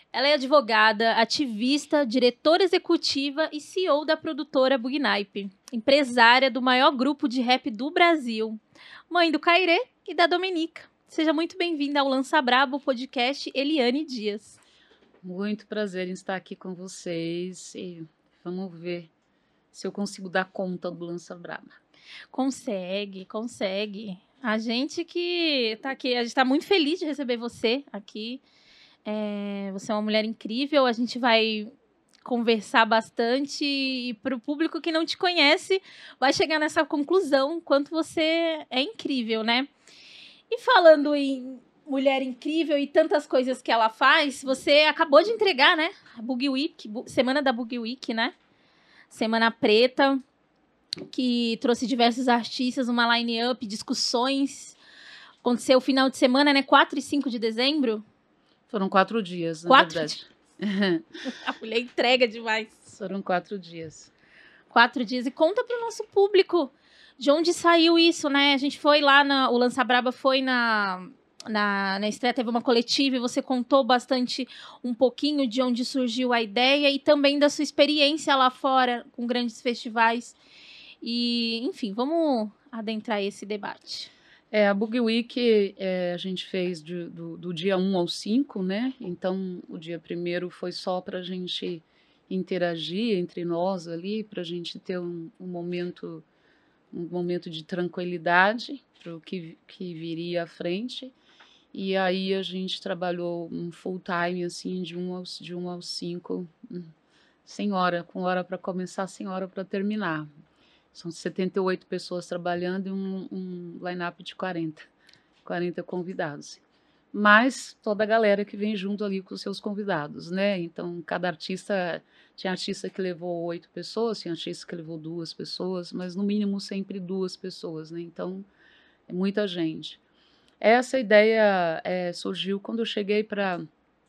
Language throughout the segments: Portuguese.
Ela é advogada, ativista, diretora executiva e CEO da produtora Bugnipe, empresária do maior grupo de rap do Brasil, mãe do Cairê e da Domenica. Seja muito bem-vinda ao Lança Brabo podcast Eliane Dias. Muito prazer em estar aqui com vocês e vamos ver se eu consigo dar conta do Lança Braba. Consegue. A gente que tá aqui, a gente tá muito feliz de receber você aqui. Você é uma mulher incrível, a gente vai conversar bastante e para o público que não te conhece vai chegar nessa conclusão quanto você é incrível, né? E falando em mulher incrível e tantas coisas que ela faz, você acabou de entregar, né? A Bug Week, semana da Bug Week, né? Semana Preta, que trouxe diversos artistas, uma line-up, discussões. Aconteceu o final de semana, né? 4 e 5 de dezembro. Foram 4 dias, na verdade. A mulher entrega demais. Foram 4 dias. 4 dias. E conta para o nosso público de onde saiu isso, né? A gente foi lá, o Lança Braba foi na estreia, teve uma coletiva e você contou bastante um pouquinho de onde surgiu a ideia e também da sua experiência lá fora com grandes festivais. E, enfim, vamos adentrar esse debate. A Bug Week a gente fez do dia 1 ao 5, né? Então, o dia 1º foi só para a gente interagir entre nós ali, para a gente ter um momento de tranquilidade para o que viria à frente. E aí a gente trabalhou um full time, assim, de 1 ao 5, sem hora, com hora para começar, sem hora para terminar. São 78 pessoas trabalhando e um line-up de 40 convidados. Mas toda a galera que vem junto ali com os seus convidados, né? Então, cada artista, tinha artista que levou 8 pessoas, tinha artista que levou 2 pessoas, mas no mínimo sempre 2 pessoas, né? Então, é muita gente. Essa ideia surgiu quando eu cheguei para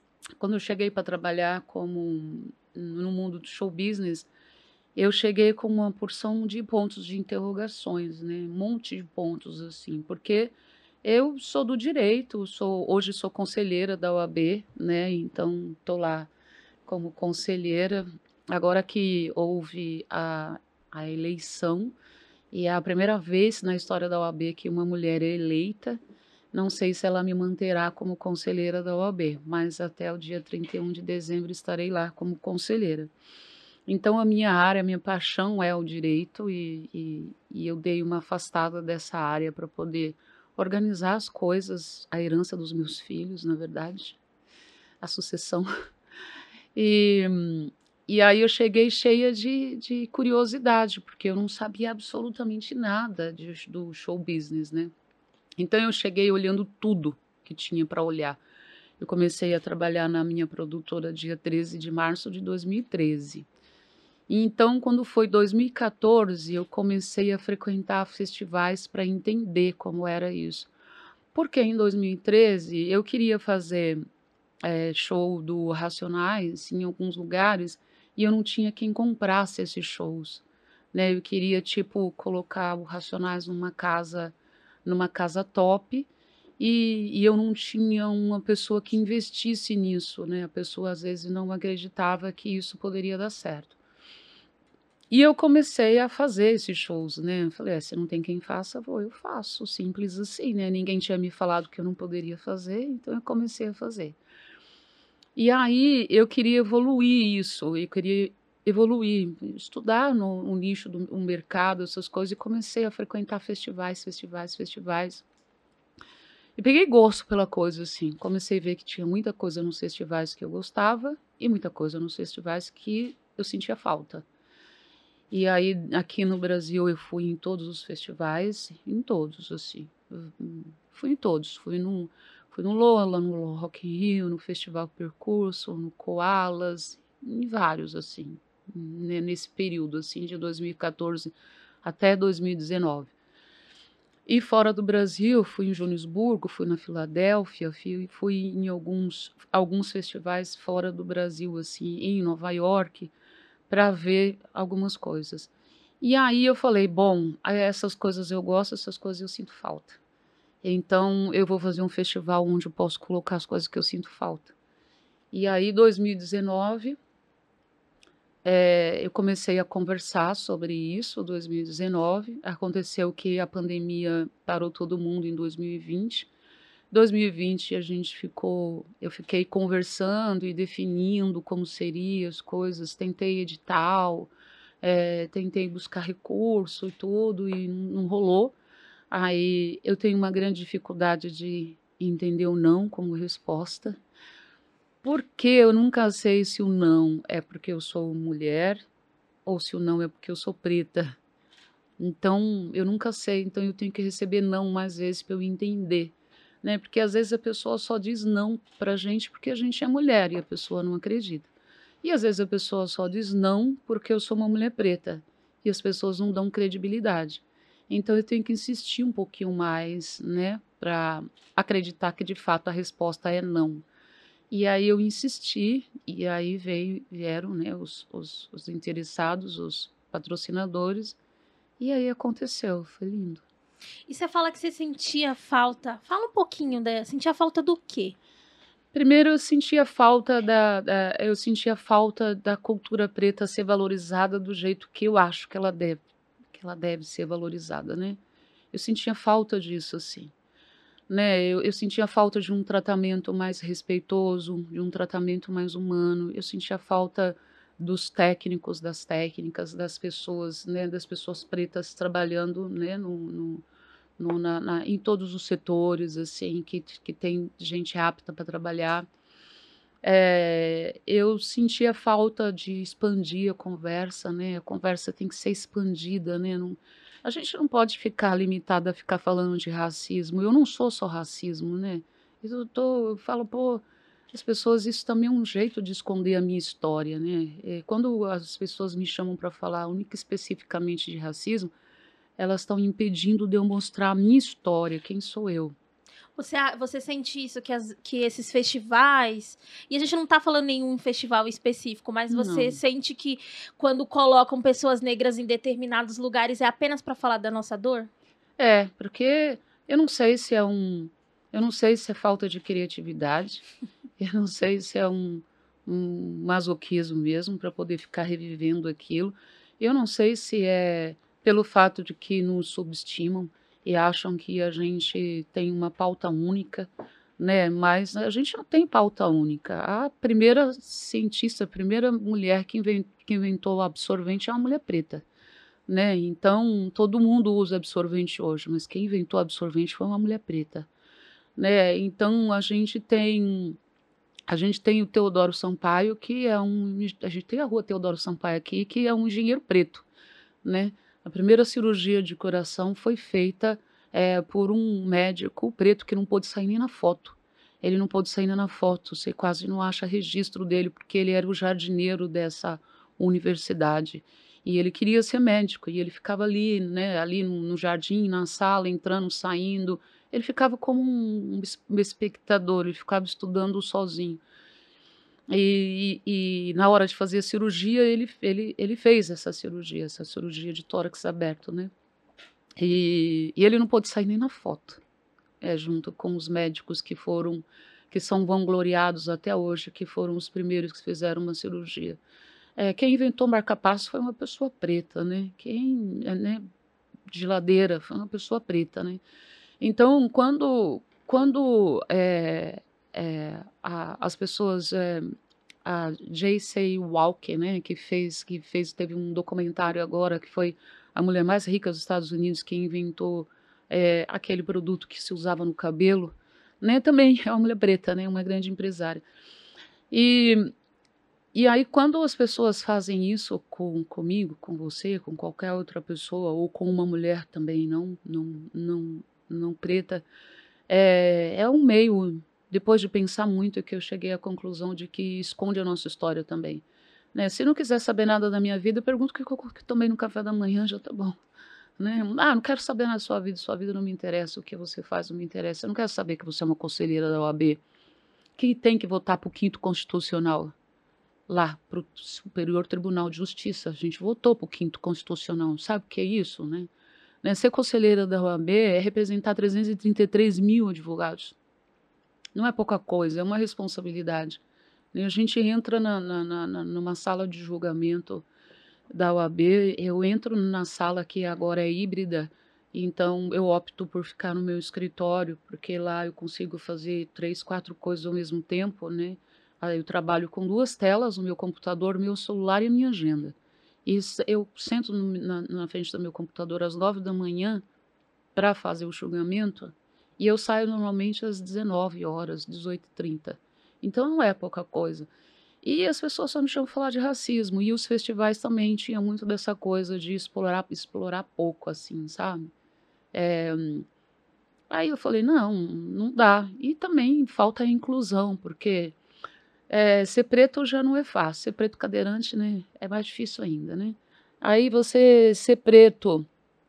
trabalhar no mundo do show business. Eu cheguei com uma porção de pontos de interrogações, né? Um monte de pontos, assim, porque eu sou do direito, hoje sou conselheira da OAB, né? Então, estou lá como conselheira. Agora que houve a eleição, e é a primeira vez na história da OAB que uma mulher é eleita. Não sei se ela me manterá como conselheira da OAB, mas até o dia 31 de dezembro estarei lá como conselheira. Então, a minha paixão é o direito e eu dei uma afastada dessa área para poder organizar as coisas, a herança dos meus filhos, na verdade, a sucessão. E aí eu cheguei cheia de curiosidade, porque eu não sabia absolutamente nada do show business, né? Então, eu cheguei olhando tudo que tinha para olhar. Eu comecei a trabalhar na minha produtora dia 13 de março de 2013. E então, quando foi 2014, eu comecei a frequentar festivais para entender como era isso. Porque em 2013 eu queria fazer show do Racionais em alguns lugares e eu não tinha quem comprasse esses shows, né? Eu queria, tipo, colocar o Racionais numa casa top e eu não tinha uma pessoa que investisse nisso, né? A pessoa às vezes não acreditava que isso poderia dar certo. E eu comecei a fazer esses shows, né? Eu falei, se não tem quem faça, eu faço, simples assim, né? Ninguém tinha me falado que eu não poderia fazer, então eu comecei a fazer. E aí eu queria evoluir isso, eu queria evoluir, estudar no nicho do mercado, essas coisas, e comecei a frequentar festivais. E peguei gosto pela coisa, assim. Comecei a ver que tinha muita coisa nos festivais que eu gostava e muita coisa nos festivais que eu sentia falta. E aí, aqui no Brasil, eu fui em todos os festivais, em todos, assim. Fui em todos. Fui no Lola, no Rock in Rio, no Festival Percurso, no Koalas, em vários, assim, nesse período, assim, de 2014 até 2019. E fora do Brasil, fui em Joanesburgo, fui na Filadélfia, fui em alguns festivais fora do Brasil, assim, em Nova York, para ver algumas coisas. E aí eu falei, bom, essas coisas eu gosto, essas coisas eu sinto falta. Então eu vou fazer um festival onde eu posso colocar as coisas que eu sinto falta. E aí, 2019, eu comecei a conversar sobre isso, 2019. Aconteceu que a pandemia parou todo mundo em 2020. 2020 eu fiquei conversando e definindo como seriam as coisas, tentei edital, tentei buscar recurso e tudo, e não rolou. Aí eu tenho uma grande dificuldade de entender o não como resposta, porque eu nunca sei se o não é porque eu sou mulher ou se o não é porque eu sou preta. Então, eu nunca sei, então eu tenho que receber não mais vezes para eu entender, né? Porque às vezes a pessoa só diz não pra gente porque a gente é mulher e a pessoa não acredita. E às vezes a pessoa só diz não porque eu sou uma mulher preta e as pessoas não dão credibilidade. Então eu tenho que insistir um pouquinho mais, né, para acreditar que de fato a resposta é não. E aí eu insisti, e aí vieram, né, os interessados, os patrocinadores, e aí aconteceu, foi lindo. E você fala que você sentia falta. Fala um pouquinho sentia falta do quê? Primeiro eu sentia falta eu sentia falta da cultura preta ser valorizada do jeito que eu acho que ela deve ser valorizada, né. Eu sentia falta disso, assim, né, eu sentia falta de um tratamento mais respeitoso, de um tratamento mais humano, eu sentia falta dos técnicos, das técnicas, das pessoas, né, das pessoas pretas trabalhando, né, em todos os setores, assim, que tem gente apta para trabalhar. Eu sentia falta de expandir a conversa, né, a conversa tem que ser expandida, né, a gente não pode ficar limitada a ficar falando de racismo, eu não sou só racismo, né, eu falo: "Pô, as pessoas isso também é um jeito de esconder a minha história", né, quando as pessoas me chamam para falar única e especificamente de racismo, elas estão impedindo de eu mostrar a minha história, quem sou eu. Você sente isso, que esses festivais. E a gente não tá falando nenhum festival específico, mas você Não. sente que quando colocam pessoas negras em determinados lugares é apenas para falar da nossa dor? Porque eu não sei se é eu não sei se é falta de criatividade, eu não sei se é um masoquismo mesmo para poder ficar revivendo aquilo, eu não sei se é pelo fato de que nos subestimam e acham que a gente tem uma pauta única, né, mas a gente não tem pauta única. A primeira cientista, a primeira mulher que inventou o absorvente é uma mulher preta. Né, então todo mundo usa absorvente hoje, mas quem inventou absorvente foi uma mulher preta, né, então a gente tem o Teodoro Sampaio que é a gente tem a rua Teodoro Sampaio aqui que é um engenheiro preto, né. A primeira cirurgia de coração foi feita, por um médico preto que não pôde sair nem na foto. Ele não pôde sair nem na foto, você quase não acha registro dele, porque ele era o jardineiro dessa universidade. E ele queria ser médico, e ele ficava ali, né, ali no jardim, na sala, entrando, saindo. Ele ficava como um espectador, ele ficava estudando sozinho. E na hora de fazer a cirurgia, ele fez essa cirurgia de tórax aberto, né. E ele não pôde sair nem na foto, junto com os médicos que são vangloriados até hoje, que foram os primeiros que fizeram uma cirurgia. Quem inventou marca-passo foi uma pessoa preta, né, né, geladeira, foi uma pessoa preta, né. Então quando, as pessoas, a J.C. Walker, né, teve um documentário agora que foi a mulher mais rica dos Estados Unidos, que inventou, aquele produto que se usava no cabelo, né, também é uma mulher preta, né, uma grande empresária. E e aí quando as pessoas fazem isso comigo, com você, com qualquer outra pessoa ou com uma mulher também não preta, é um meio, depois de pensar muito, é que eu cheguei à conclusão de que esconde a nossa história também, né. Se não quiser saber nada da minha vida, pergunta o que que eu tomei no café da manhã, já tá bom, né. "Ah, não quero saber nada da sua vida não me interessa, o que você faz não me interessa, eu não quero saber que você é uma conselheira da OAB, que tem que votar para o 5º constitucional, lá para o Superior Tribunal de Justiça, a gente votou para o 5º constitucional, sabe o que é isso, né. Ser conselheira da OAB é representar 333.000 advogados. Não é pouca coisa, é uma responsabilidade, E a gente entra numa sala de julgamento da OAB, eu entro na sala que agora é híbrida, então eu opto por ficar no meu escritório, porque lá eu consigo fazer 3, 4 coisas ao mesmo tempo, né? Aí eu trabalho com 2 telas, o meu computador, meu celular e a minha agenda. E eu sento na frente do meu computador às 9 da manhã para fazer o julgamento, e eu saio normalmente às 19 horas, 18h30. Então não é pouca coisa. E as pessoas só me chamam para falar de racismo, e os festivais também tinham muito dessa coisa de explorar pouco, assim, sabe? Aí eu falei, não, não dá. E também falta a inclusão, porque ser preto já não é fácil, ser preto cadeirante, né, é mais difícil ainda, né? Aí você ser preto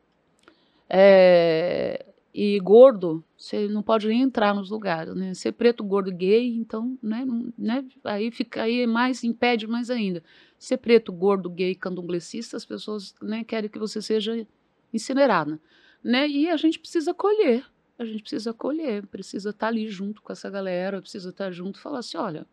e gordo, você não pode nem entrar nos lugares, né? Ser preto, gordo, gay, então, né? Aí mais impede mais ainda. Ser preto, gordo, gay, candomblessista, as pessoas, né, querem que você seja incinerada, né? E a gente precisa acolher, precisa estar ali junto com essa galera, precisa estar junto e falar assim, olha,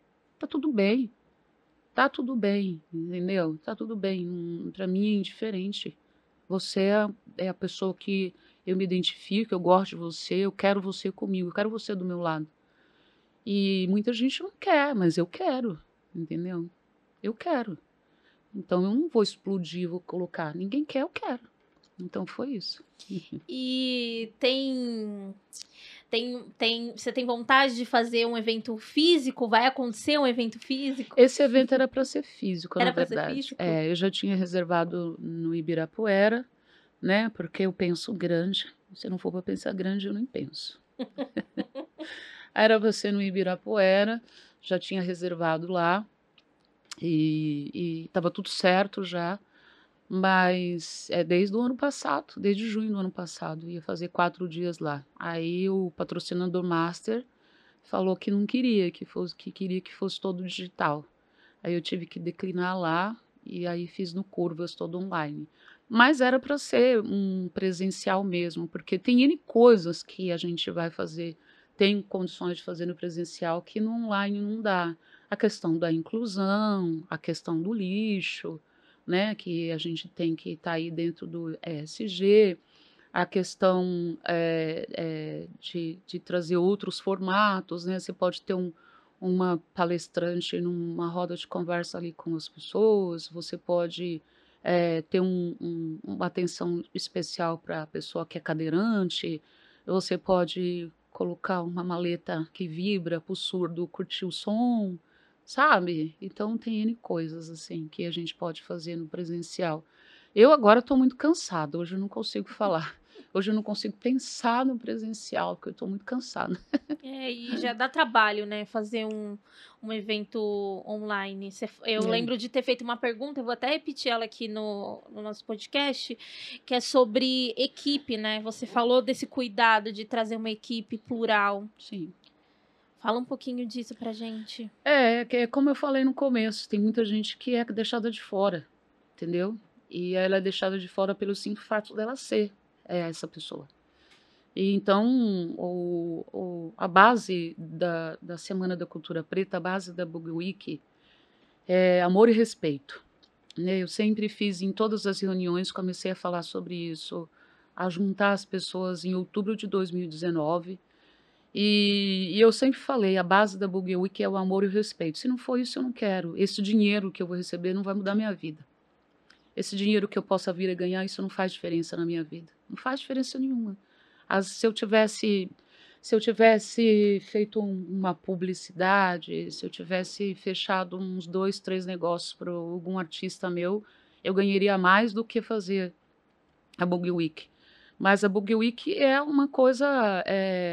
tá tudo bem, entendeu? Tá tudo bem, para mim é indiferente. Você é a pessoa que eu me identifico, eu gosto de você, eu quero você comigo, eu quero você do meu lado. E muita gente não quer, mas eu quero, entendeu? Eu quero. Então eu não vou explodir, vou colocar. Ninguém quer, eu quero. Então foi isso. E você tem vontade de fazer um evento físico? Vai acontecer um evento físico? Esse evento era para ser físico, na Era para ser verdade. físico? Eu já tinha reservado no Ibirapuera, né? Porque eu penso grande. Se não for para pensar grande, eu nem penso. Era você no Ibirapuera, já tinha reservado lá e estava tudo certo já, mas desde o ano passado, desde junho do ano passado, ia fazer 4 dias lá. Aí o patrocinador master falou que não queria que queria que fosse todo digital. Aí eu tive que declinar lá e aí fiz no Curvas todo online. Mas era para ser um presencial mesmo, porque tem N coisas que a gente vai fazer, tem condições de fazer no presencial que no online não dá. A questão da inclusão, a questão do lixo, né, que a gente tem que estar aí dentro do ESG, a questão de trazer outros formatos, né? Você pode ter uma palestrante numa roda de conversa ali com as pessoas, você pode ter uma atenção especial para a pessoa que é cadeirante, você pode colocar uma maleta que vibra para o surdo curtir o som, sabe? Então tem N coisas assim que a gente pode fazer no presencial. Eu agora estou muito cansada, hoje eu não consigo falar. Hoje eu não consigo pensar no presencial, porque eu estou muito cansada. E já dá trabalho, né? Fazer um evento online. Eu lembro de ter feito uma pergunta, eu vou até repetir ela aqui no nosso podcast, que é sobre equipe, né? Você falou desse cuidado de trazer uma equipe plural. Sim. Fala um pouquinho disso pra gente. Como eu falei no começo, tem muita gente que é deixada de fora, entendeu? E ela é deixada de fora pelo simples fato dela ser essa pessoa. E então, a base da Semana da Cultura Preta, a base da Bug Week é amor e respeito. Né? Eu sempre fiz, em todas as reuniões, comecei a falar sobre isso, a juntar as pessoas em outubro de 2019. E eu sempre falei, a base da Bug Week é o amor e o respeito. Se não for isso, eu não quero. Esse dinheiro que eu vou receber não vai mudar minha vida. Esse dinheiro que eu possa vir a ganhar, isso não faz diferença na minha vida. Não faz diferença nenhuma. Se eu tivesse feito uma publicidade, se eu tivesse fechado uns 2, 3 negócios para algum artista meu, eu ganharia mais do que fazer a Bug Week. Mas a Bug Week é uma coisa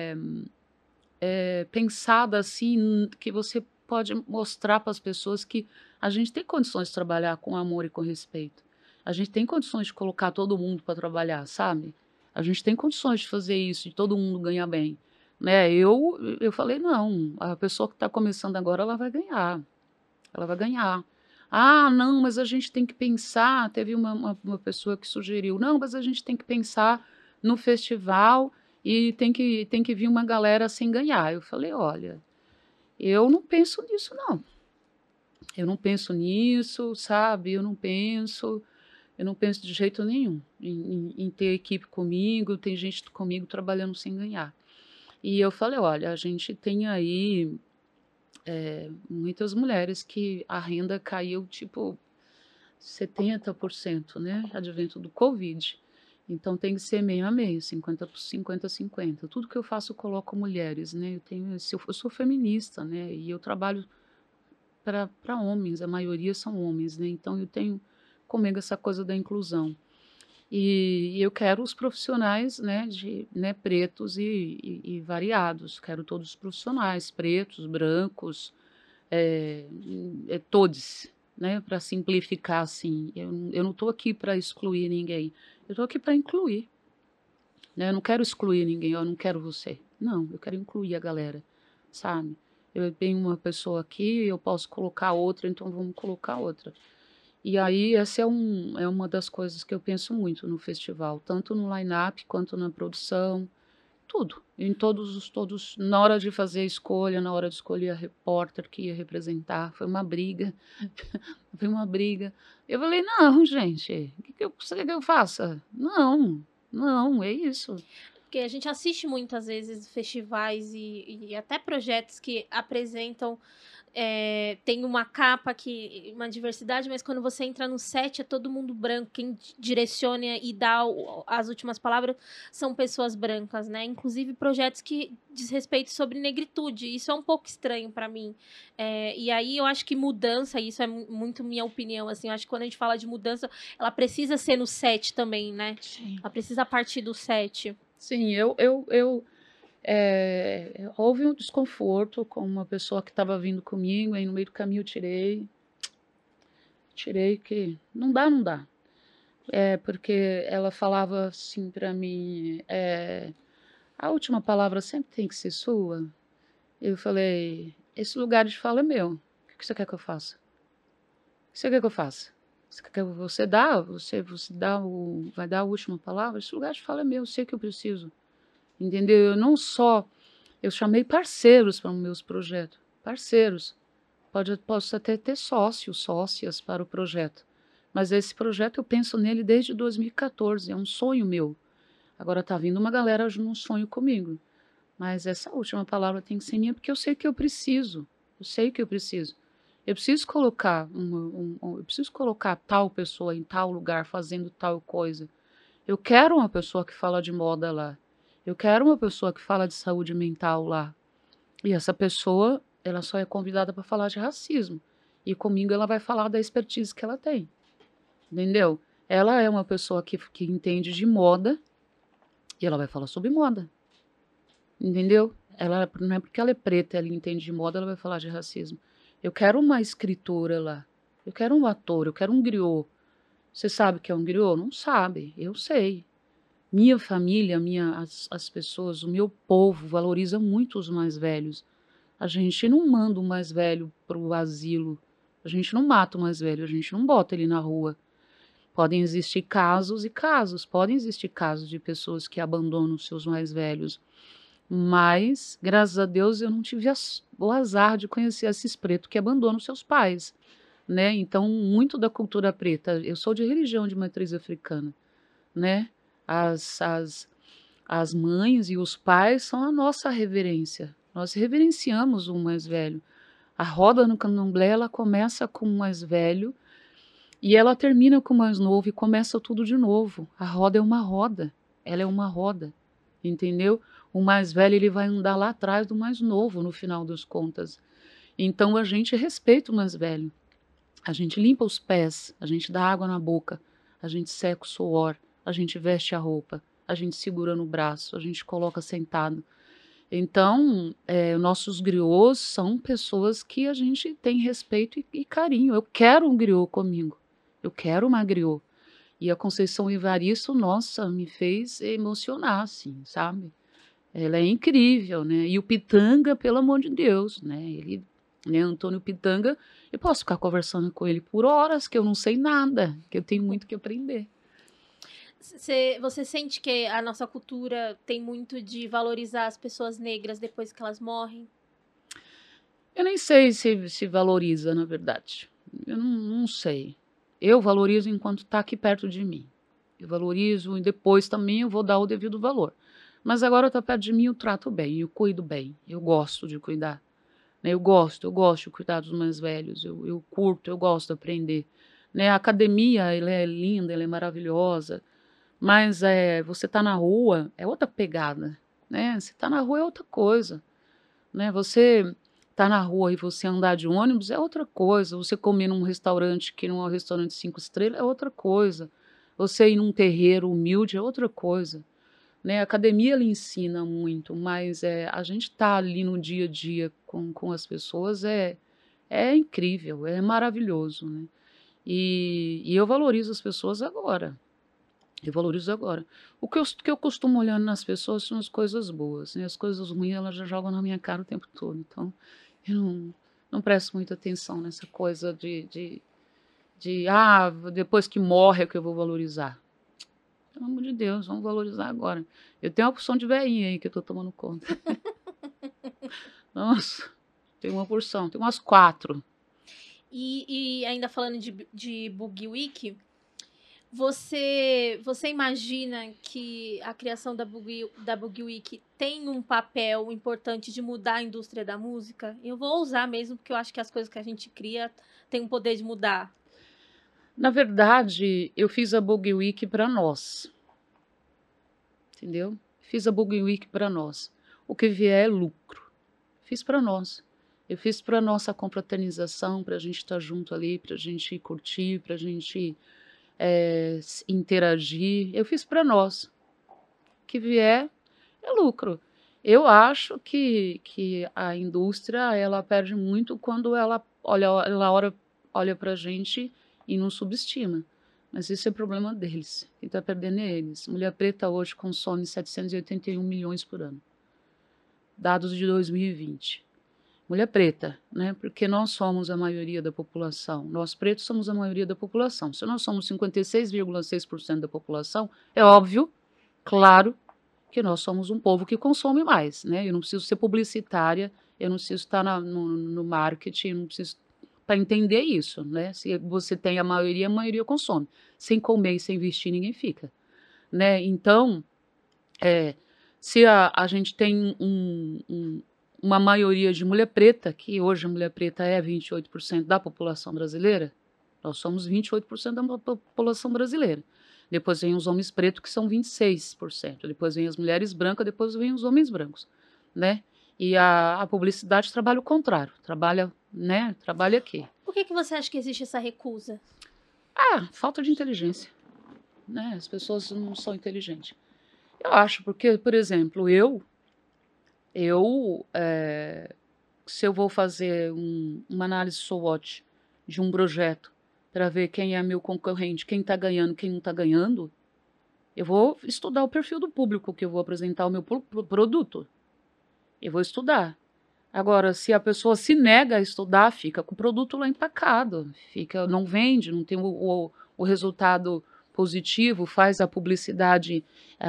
pensada assim, que você pode mostrar para as pessoas que a gente tem condições de trabalhar com amor e com respeito. A gente tem condições de colocar todo mundo para trabalhar, sabe? A gente tem condições de fazer isso, de todo mundo ganhar bem. Né? Eu falei, não, a pessoa que está começando agora, ela vai ganhar. Ela vai ganhar. Ah, não, mas a gente tem que pensar. Teve uma pessoa que sugeriu, não, mas a gente tem que pensar no festival e tem que vir uma galera sem ganhar. Eu falei, olha, eu não penso nisso, não. Eu não penso nisso, sabe? Eu não penso de jeito nenhum em ter equipe comigo, tem gente comigo trabalhando sem ganhar. E eu falei, olha, a gente tem aí muitas mulheres que a renda caiu tipo 70%, né? Advento do Covid. Então tem que ser meio a meio, 50 Tudo que eu faço eu coloco mulheres, né? Eu sou feminista, né? E eu trabalho para homens, a maioria são homens, né? Então eu tenho comigo essa coisa da inclusão. E eu quero os profissionais, né, pretos e variados. Quero todos os profissionais, pretos, brancos, todos, né, para simplificar assim. Eu não estou aqui para excluir ninguém. Eu estou aqui para incluir, né? Eu não quero excluir ninguém. Eu não quero você. Não, eu quero incluir a galera, sabe? Eu tenho uma pessoa aqui, eu posso colocar outra, então vamos colocar outra. E aí, essa é uma das coisas que eu penso muito no festival, tanto no line-up quanto na produção, tudo. Em todos, na hora de fazer a escolha, na hora de escolher a repórter que ia representar, foi uma briga, foi uma briga. Eu falei, não, gente, o que você quer que eu faça? Não, não, é isso. Porque a gente assiste muitas vezes festivais e até projetos que apresentam, tem uma capa, uma diversidade, mas quando você entra no set é todo mundo branco. Quem direciona e dá as últimas palavras são pessoas brancas, né? Inclusive projetos que diz respeito sobre negritude. Isso é um pouco estranho para mim. E aí eu acho que mudança, isso é muito minha opinião, assim, eu acho que quando a gente fala de mudança, ela precisa ser no set também, né? Sim. Ela precisa partir do set. Sim, houve um desconforto com uma pessoa que estava vindo comigo, aí no meio do caminho eu tirei que não dá, não dá. Porque ela falava assim para mim, a última palavra sempre tem que ser sua. Eu falei, esse lugar de fala é meu. O que você quer que eu faça? O que você quer que eu faça? Você quer que você vai dar a última palavra? Esse lugar de fala é meu, eu sei que eu preciso. Entendeu? Eu não só eu chamei parceiros para os meus projetos. Parceiros. Posso até ter sócios, sócias para o projeto. Mas esse projeto eu penso nele desde 2014. É um sonho meu. Agora está vindo uma galera num sonho comigo. Mas essa última palavra tem que ser minha porque eu sei que eu preciso. Eu sei que eu preciso. Eu preciso colocar eu preciso colocar tal pessoa em tal lugar fazendo tal coisa. Eu quero uma pessoa que fala de moda lá. Eu quero uma pessoa que fala de saúde mental lá. E essa pessoa, ela só é convidada para falar de racismo. E comigo ela vai falar da expertise que ela tem. Entendeu? Ela é uma pessoa que entende de moda e ela vai falar sobre moda. Entendeu? Ela, não é porque ela é preta, ela entende de moda, ela vai falar de racismo. Eu quero uma escritora lá. Eu quero um ator, eu quero um griot. Você sabe o que é um griot? Não sabe. Eu sei. Minha família, as pessoas, o meu povo valoriza muito os mais velhos. A gente não manda o mais velho para o asilo. A gente não mata o mais velho, a gente não bota ele na rua. Podem existir casos e casos. Podem existir casos de pessoas que abandonam seus mais velhos. Mas, graças a Deus, eu não tive o azar de conhecer esses pretos que abandonam seus pais, né? Então, muito da cultura preta, eu sou de religião de matriz africana, né? As mães e os pais são a nossa reverência. Nós reverenciamos o mais velho. A roda no candomblé, ela começa com o mais velho e ela termina com o mais novo e começa tudo de novo. A roda é uma roda. Ela é uma roda, entendeu? O mais velho, ele vai andar lá atrás do mais novo, no final das contas. Então, a gente respeita o mais velho. A gente limpa os pés, a gente dá água na boca, a gente seca o suor, a gente veste a roupa, a gente segura no braço, a gente coloca sentado. Então, nossos griots são pessoas que a gente tem respeito e carinho. Eu quero um griot comigo. Eu quero uma griot. E a Conceição Evaristo, nossa, me fez emocionar, assim, sabe? Ela é incrível, né? E o Pitanga, pelo amor de Deus, né? Ele, né, Antônio Pitanga, eu posso ficar conversando com ele por horas, que eu não sei nada, que eu tenho muito que aprender. Você sente que a nossa cultura tem muito de valorizar as pessoas negras depois que elas morrem? Eu nem sei se valoriza, na verdade. Eu não sei. Eu valorizo enquanto está aqui perto de mim. Eu valorizo e depois também eu vou dar o devido valor. Mas agora está perto de mim, eu trato bem, eu cuido bem, eu gosto de cuidar. Né? Eu gosto de cuidar dos mais velhos, eu curto, eu gosto de aprender. Né? A academia, ela é linda, ela é maravilhosa, mas você tá na rua, é outra pegada, né? Você tá na rua é outra coisa, né? Você tá na rua e você andar de ônibus é outra coisa, você comer num restaurante que não é um restaurante 5 estrelas é outra coisa, você ir num terreiro humilde é outra coisa, né? A academia lhe ensina muito, mas a gente tá ali no dia a dia com as pessoas é incrível, é maravilhoso, né? E eu valorizo as pessoas agora. Eu valorizo agora. O que eu costumo olhar nas pessoas são as coisas boas, né? As coisas ruins elas já jogam na minha cara o tempo todo. Então, eu não presto muita atenção nessa coisa depois que morre é que eu vou valorizar. Pelo amor de Deus, vamos valorizar agora. Eu tenho uma porção de veinha aí que eu tô tomando conta. Nossa, tem uma porção, tem umas 4. E ainda falando de Boogie Week, você imagina que a criação da Boogie Week tem um papel importante de mudar a indústria da música? Eu vou usar mesmo, porque eu acho que as coisas que a gente cria têm um poder de mudar. Na verdade, eu fiz a Boogie Week para nós, entendeu? Fiz a Boogie Week para nós. O que vier é lucro. Fiz para nós. Eu fiz para nossa confraternização, para a gente estar junto ali, para a gente curtir, para a gente interagir. Eu fiz para nós. O que vier é lucro. Eu acho que a indústria ela perde muito quando ela olha para a gente e não subestima. Mas isso é problema deles. Quem está perdendo é eles. Mulher Preta hoje consome 781 milhões por ano. Dados de 2020. Mulher preta, né? Porque nós somos a maioria da população. Nós pretos somos a maioria da população. Se nós somos 56,6% da população, é óbvio, claro, que nós somos um povo que consome mais, né? Eu não preciso ser publicitária, eu não preciso estar no marketing, eu não preciso para entender isso, né? Se você tem a maioria consome. Sem comer e sem vestir, ninguém fica, né? Então, se a gente tem uma maioria de mulher preta, que hoje a mulher preta é 28% da população brasileira, nós somos 28% da população brasileira. Depois vem os homens pretos, que são 26%. Depois vem as mulheres brancas, depois vem os homens brancos, né? E a publicidade trabalha o contrário, trabalha aqui. Por que você acha que existe essa recusa? Falta de inteligência, né? As pessoas não são inteligentes. Eu acho, porque, por exemplo, se eu vou fazer uma análise SWOT de um projeto para ver quem é meu concorrente, quem está ganhando, quem não está ganhando, eu vou estudar o perfil do público que eu vou apresentar o meu produto. Eu vou estudar. Agora, se a pessoa se nega a estudar, fica com o produto lá empacado, não vende, não tem o resultado positivo, faz a publicidade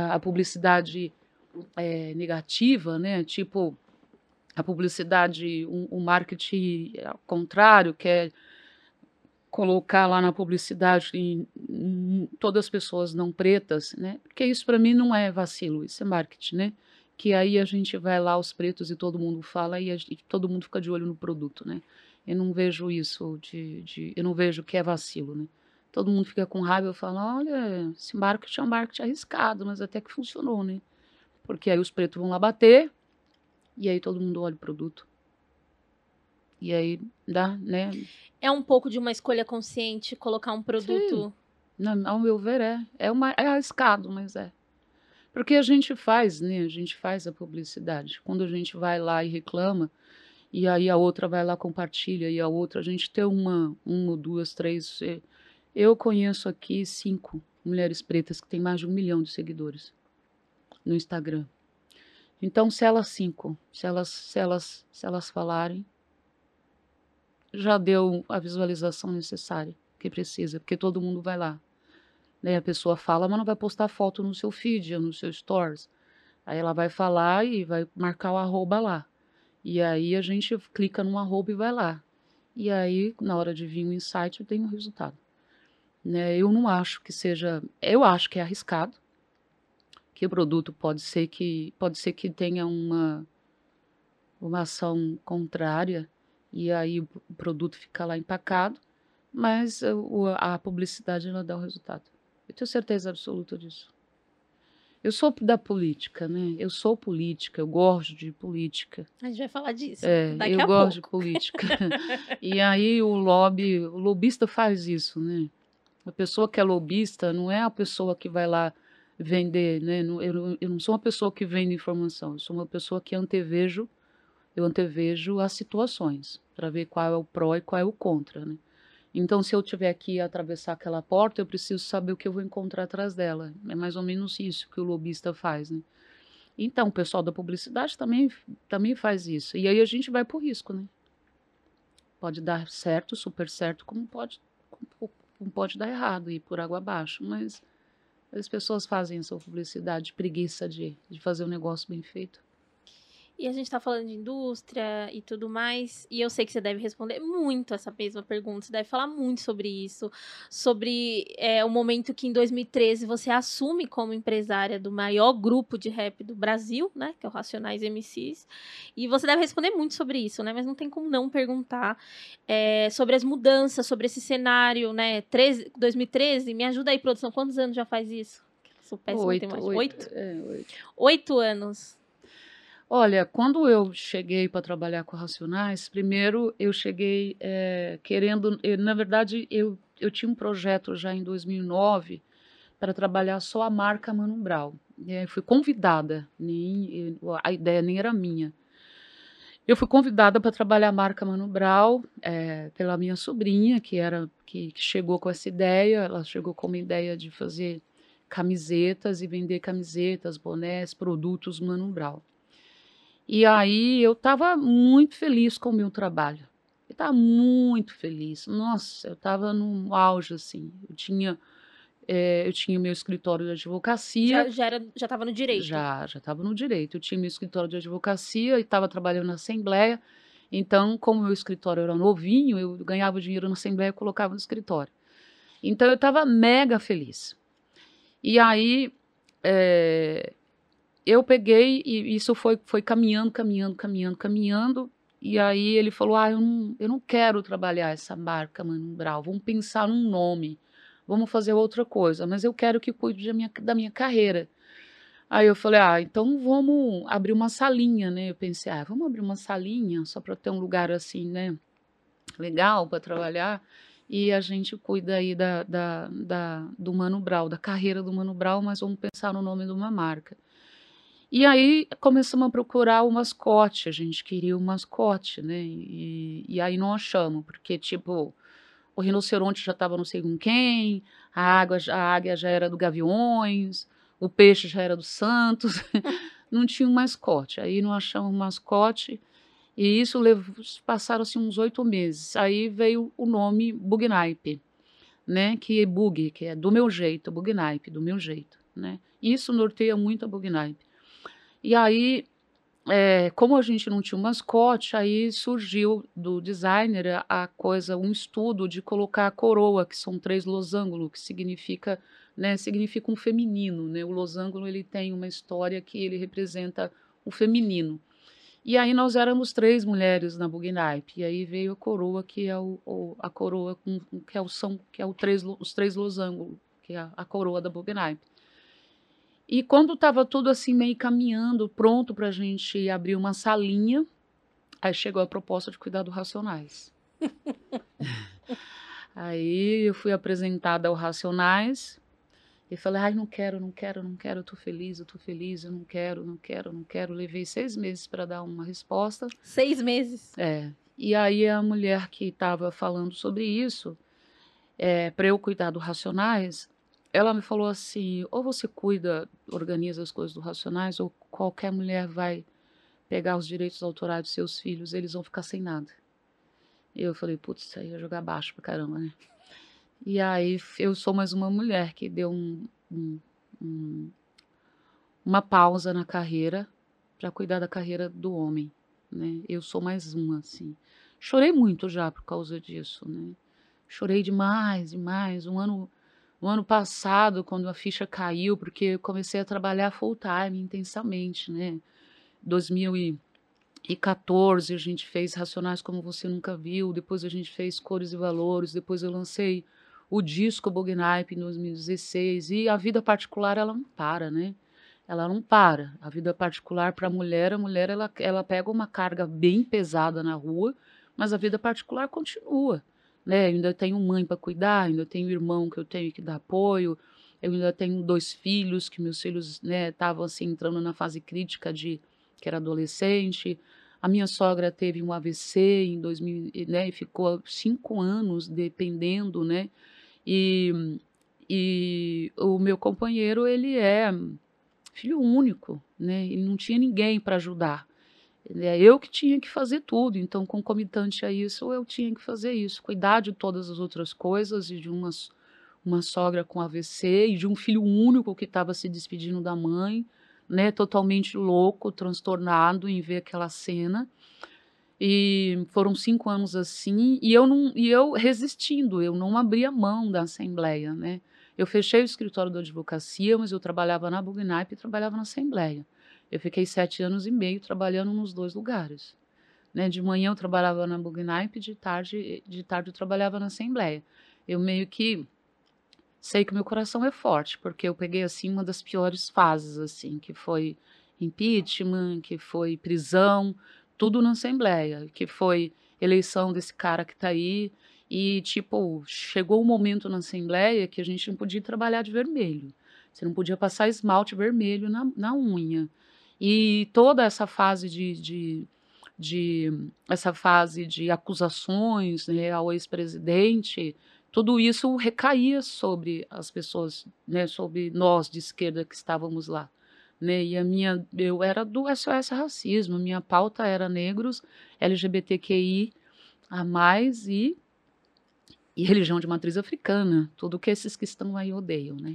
negativa, né? Tipo, a publicidade, o marketing ao contrário, quer colocar lá na publicidade todas as pessoas não pretas, né? Porque isso para mim não é vacilo, isso é marketing, né? Que aí a gente vai lá, os pretos, e todo mundo fala e todo mundo fica de olho no produto, né? Eu não vejo isso eu não vejo que é vacilo, né? Todo mundo fica com raiva, eu falo, olha, esse marketing é um marketing arriscado, mas até que funcionou, né? Porque aí os pretos vão lá bater, e aí todo mundo olha o produto. E aí dá, né? É um pouco de uma escolha consciente colocar um produto... Sim. Ao meu ver, é arriscado, mas é. Porque a gente faz, né? A gente faz a publicidade. Quando a gente vai lá e reclama, e aí a outra vai lá, compartilha, e a outra, a gente tem uma, duas, 3. Eu conheço aqui 5 mulheres pretas que têm mais de 1 milhão de seguidores no Instagram. Então, se elas falarem, já deu a visualização necessária que precisa, porque todo mundo vai lá. Né? A pessoa fala, mas não vai postar foto no seu feed, no seu stories. Aí ela vai falar e vai marcar o arroba lá. E aí a gente clica num arroba e vai lá. E aí, na hora de vir o insight, tem um resultado. Né? Eu não acho que seja... Eu acho que é arriscado, que o produto pode ser que tenha uma ação contrária, e aí o produto fica lá empacado, mas a publicidade ela dá o resultado. Eu tenho certeza absoluta disso. Eu sou da política, né? Eu sou política, eu gosto de política. A gente vai falar disso daqui Eu a gosto de pouco. política. E aí o lobista faz isso, né? A pessoa que é lobista não é a pessoa que vai lá vender, né? Eu não sou uma pessoa que vende informação, eu sou uma pessoa que eu antevejo as situações para ver qual é o pró e qual é o contra, né? Então, se eu tiver que atravessar aquela porta, eu preciso saber o que eu vou encontrar atrás dela. É mais ou menos isso que o lobista faz, né? Então, o pessoal da publicidade também faz isso. E aí a gente vai por risco, né? Pode dar certo, super certo, como pode dar errado, ir por água abaixo. Mas as pessoas fazem essa publicidade, preguiça de fazer um negócio bem feito. E a gente tá falando de indústria e tudo mais, e eu sei que você deve responder muito essa mesma pergunta, você deve falar muito sobre isso, sobre o momento que em 2013 você assume como empresária do maior grupo de rap do Brasil, né, que é o Racionais MCs, e você deve responder muito sobre isso, né, mas não tem como não perguntar sobre as mudanças, sobre esse cenário, né, 2013, me ajuda aí, produção, quantos anos já faz isso? Sou péssima em matemática. 8? 8 anos. Olha, quando eu cheguei para trabalhar com Racionais, primeiro eu cheguei querendo... na verdade, eu tinha um projeto já em 2009 para trabalhar só a marca Mano Brown. Fui convidada, a ideia nem era minha. Eu fui convidada para trabalhar a marca Mano Brown pela minha sobrinha, que chegou com essa ideia. Ela chegou com uma ideia de fazer camisetas e vender camisetas, bonés, produtos Mano Brown. E aí eu estava muito feliz com o meu trabalho. Eu estava muito feliz. Nossa, eu estava no auge, assim. Eu tinha o meu escritório de advocacia. Já estava no direito. Já estava no direito. Eu tinha meu escritório de advocacia e estava trabalhando na Assembleia. Então, como o meu escritório era novinho, eu ganhava dinheiro na Assembleia e colocava no escritório. Então, eu estava mega feliz. E aí, eu peguei e isso foi caminhando. E aí ele falou, eu não quero trabalhar essa marca Mano Brown, vamos pensar num nome, vamos fazer outra coisa, mas eu quero que cuide da minha carreira. Aí eu falei, então vamos abrir uma salinha, né? Eu pensei, vamos abrir uma salinha só para ter um lugar assim, né? Legal para trabalhar. E a gente cuida aí do Mano Brown, da carreira do Mano Brown, mas vamos pensar no nome de uma marca. E aí começamos a procurar o mascote, a gente queria o mascote, né? E aí não achamos, porque tipo, o rinoceronte já estava não sei com quem, a águia já era do Gaviões, o peixe já era do Santos, não tinha um mascote. Aí não achamos um mascote, e isso passaram-se uns 8 meses. Aí veio o nome Bugnipe, né? Que é do meu jeito, Bugnipe, do meu jeito, né? Isso norteia muito a Bugnipe. E aí, como a gente não tinha um mascote, aí surgiu do designer um estudo de colocar a coroa, que são 3 losângulos, que significa um feminino, né? O losango ele tem uma história que ele representa o feminino. E aí nós éramos 3 mulheres na Bugnipe, e aí veio a coroa, que é a coroa os 3 losangos, que é a coroa da Bugnipe. E quando estava tudo assim meio caminhando, pronto para a gente abrir uma salinha, aí chegou a proposta de cuidar do Racionais. Aí eu fui apresentada ao Racionais e falei, não quero, eu tô feliz, eu não quero. Levei 6 meses para dar uma resposta. 6 meses? E aí a mulher que estava falando sobre isso, para eu cuidar do Racionais, ela me falou assim, ou você organiza as coisas do Racionais, ou qualquer mulher vai pegar os direitos autorais dos seus filhos, eles vão ficar sem nada. E eu falei, putz, isso aí ia jogar baixo pra caramba, né? E aí eu sou mais uma mulher que deu uma pausa na carreira para cuidar da carreira do homem, né? Eu sou mais uma, assim. Chorei muito já por causa disso, né? Chorei demais, demais. No ano passado, quando a ficha caiu, porque eu comecei a trabalhar full time, intensamente, né? 2014 a gente fez Racionais Como Você Nunca Viu, depois a gente fez Cores e Valores, depois eu lancei o disco Bugnaip em 2016, e a vida particular ela não para, né? Ela não para. A vida particular para a mulher ela pega uma carga bem pesada na rua, mas a vida particular continua, né? Eu ainda tenho mãe para cuidar, ainda tenho irmão que eu tenho que dar apoio, eu ainda tenho 2 filhos, que meus filhos, né, estavam assim entrando na fase crítica de que era adolescente. A minha sogra teve um AVC em 2000, né, e ficou 5 anos dependendo, né? E, e o meu companheiro, ele é filho único, né? Ele não tinha ninguém para ajudar. Eu que tinha que fazer tudo, então, concomitante a isso, eu tinha que fazer isso, cuidar de todas as outras coisas e de uma sogra com AVC e de um filho único que estava se despedindo da mãe, né? Totalmente louco, transtornado em ver aquela cena. E foram 5 anos assim, e eu resistindo, eu não abria mão da Assembleia, né? Eu fechei o escritório da advocacia, mas eu trabalhava na Bugnaip e trabalhava na Assembleia. Eu fiquei 7 anos e meio trabalhando nos 2 lugares, né? De manhã eu trabalhava na Bugnaip, de tarde eu trabalhava na Assembleia. Eu meio que sei que meu coração é forte, porque eu peguei assim uma das piores fases, assim, que foi impeachment, que foi prisão, tudo na Assembleia, que foi eleição desse cara que tá aí. E, tipo, chegou um momento na Assembleia que a gente não podia trabalhar de vermelho. Você não podia passar esmalte vermelho na unha. E toda essa fase essa fase de acusações, né, ao ex-presidente, tudo isso recaía sobre as pessoas, né, sobre nós de esquerda que estávamos lá, né? E eu era do SOS Racismo, minha pauta era negros, LGBTQI a mais e religião de matriz africana, tudo que esses que estão aí odeiam, né?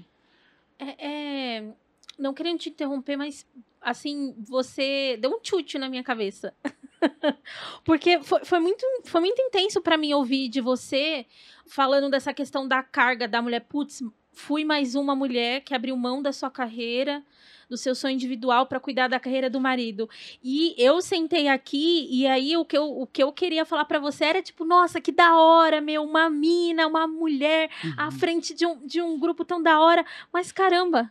Não querendo te interromper, mas assim, você deu um chute na minha cabeça. Porque foi muito intenso para mim ouvir de você falando dessa questão da carga da mulher. Putz, fui mais uma mulher que abriu mão da sua carreira, do seu sonho individual para cuidar da carreira do marido. E eu sentei aqui e aí o que eu queria falar para você era tipo, nossa, que da hora, meu, uma mina, uma mulher à frente de um grupo tão da hora. Mas caramba.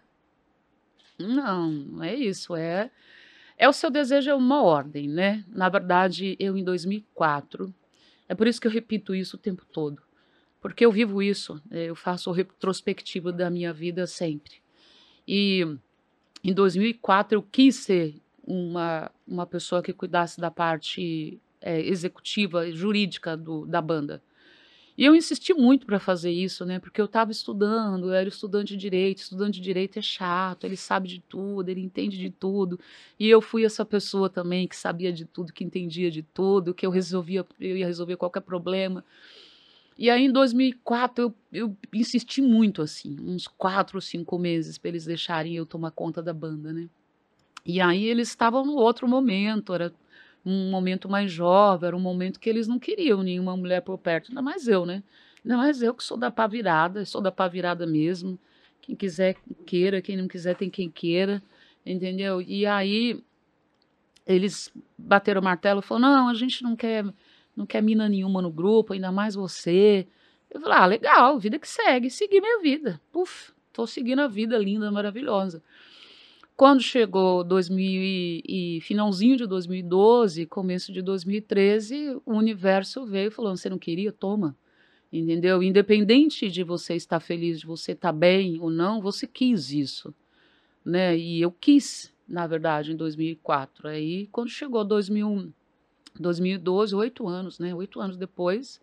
Não é isso, é o seu desejo, é uma ordem, né? Na verdade, eu em 2004, é por isso que eu repito isso o tempo todo, porque eu vivo isso, eu faço retrospectiva da minha vida sempre. E em 2004 eu quis ser uma pessoa que cuidasse da parte executiva, jurídica da banda. E eu insisti muito para fazer isso, né? Porque eu estava estudando, eu era estudante de direito. Estudante de direito é chato, ele sabe de tudo, ele entende de tudo. E eu fui essa pessoa também que sabia de tudo, que entendia de tudo, que eu ia resolver qualquer problema. E aí, em 2004, eu insisti muito, assim, uns 4 ou 5 meses para eles deixarem eu tomar conta da banda, né? E aí eles estavam no outro momento, era um momento mais jovem, era um momento que eles não queriam nenhuma mulher por perto, ainda mais eu, né? Ainda mais eu que sou da pá virada, sou da pá virada mesmo. Quem quiser, queira, quem não quiser, tem quem queira, entendeu? E aí eles bateram o martelo e falaram, não, a gente não quer mina nenhuma no grupo, ainda mais você. Eu falei, ah, legal, vida que segue, segui minha vida. Puf, tô seguindo a vida linda, maravilhosa. Quando chegou 2000 e finalzinho de 2012, começo de 2013, o universo veio falando, você não queria? Toma, entendeu? Independente de você estar feliz, de você estar bem ou não, você quis isso, né? E eu quis, na verdade, em 2004. Aí, quando chegou 2012, 8 anos, né? 8 anos depois,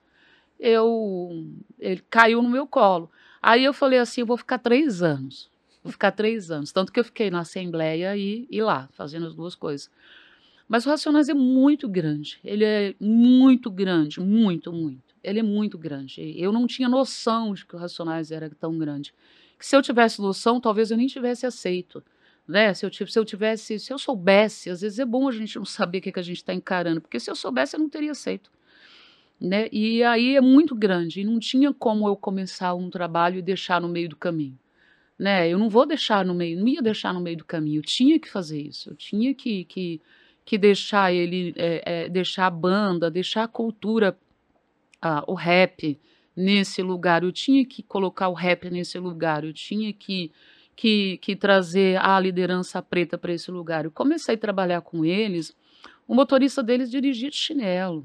ele caiu no meu colo. Aí eu falei assim, eu vou ficar 3 anos. Vou ficar 3 anos. Tanto que eu fiquei na Assembleia e lá, fazendo as duas coisas. Mas o Racionais é muito grande. Ele é muito grande, muito, muito. Ele é muito grande. Eu não tinha noção de que o Racionais era tão grande. Que se eu tivesse noção, talvez eu nem tivesse aceito, né? Se eu soubesse, às vezes é bom a gente não saber o que, que a gente está encarando, porque se eu soubesse, eu não teria aceito, né? E aí é muito grande, e não tinha como eu começar um trabalho e deixar no meio do caminho, né? Eu não vou deixar no meio, não ia deixar no meio do caminho, eu tinha que fazer isso, eu tinha que deixar ele, deixar a banda, deixar a cultura, o rap nesse lugar, eu tinha que colocar o rap nesse lugar, eu tinha que trazer a liderança preta para esse lugar. Eu comecei a trabalhar com eles, o motorista deles dirigia de chinelo,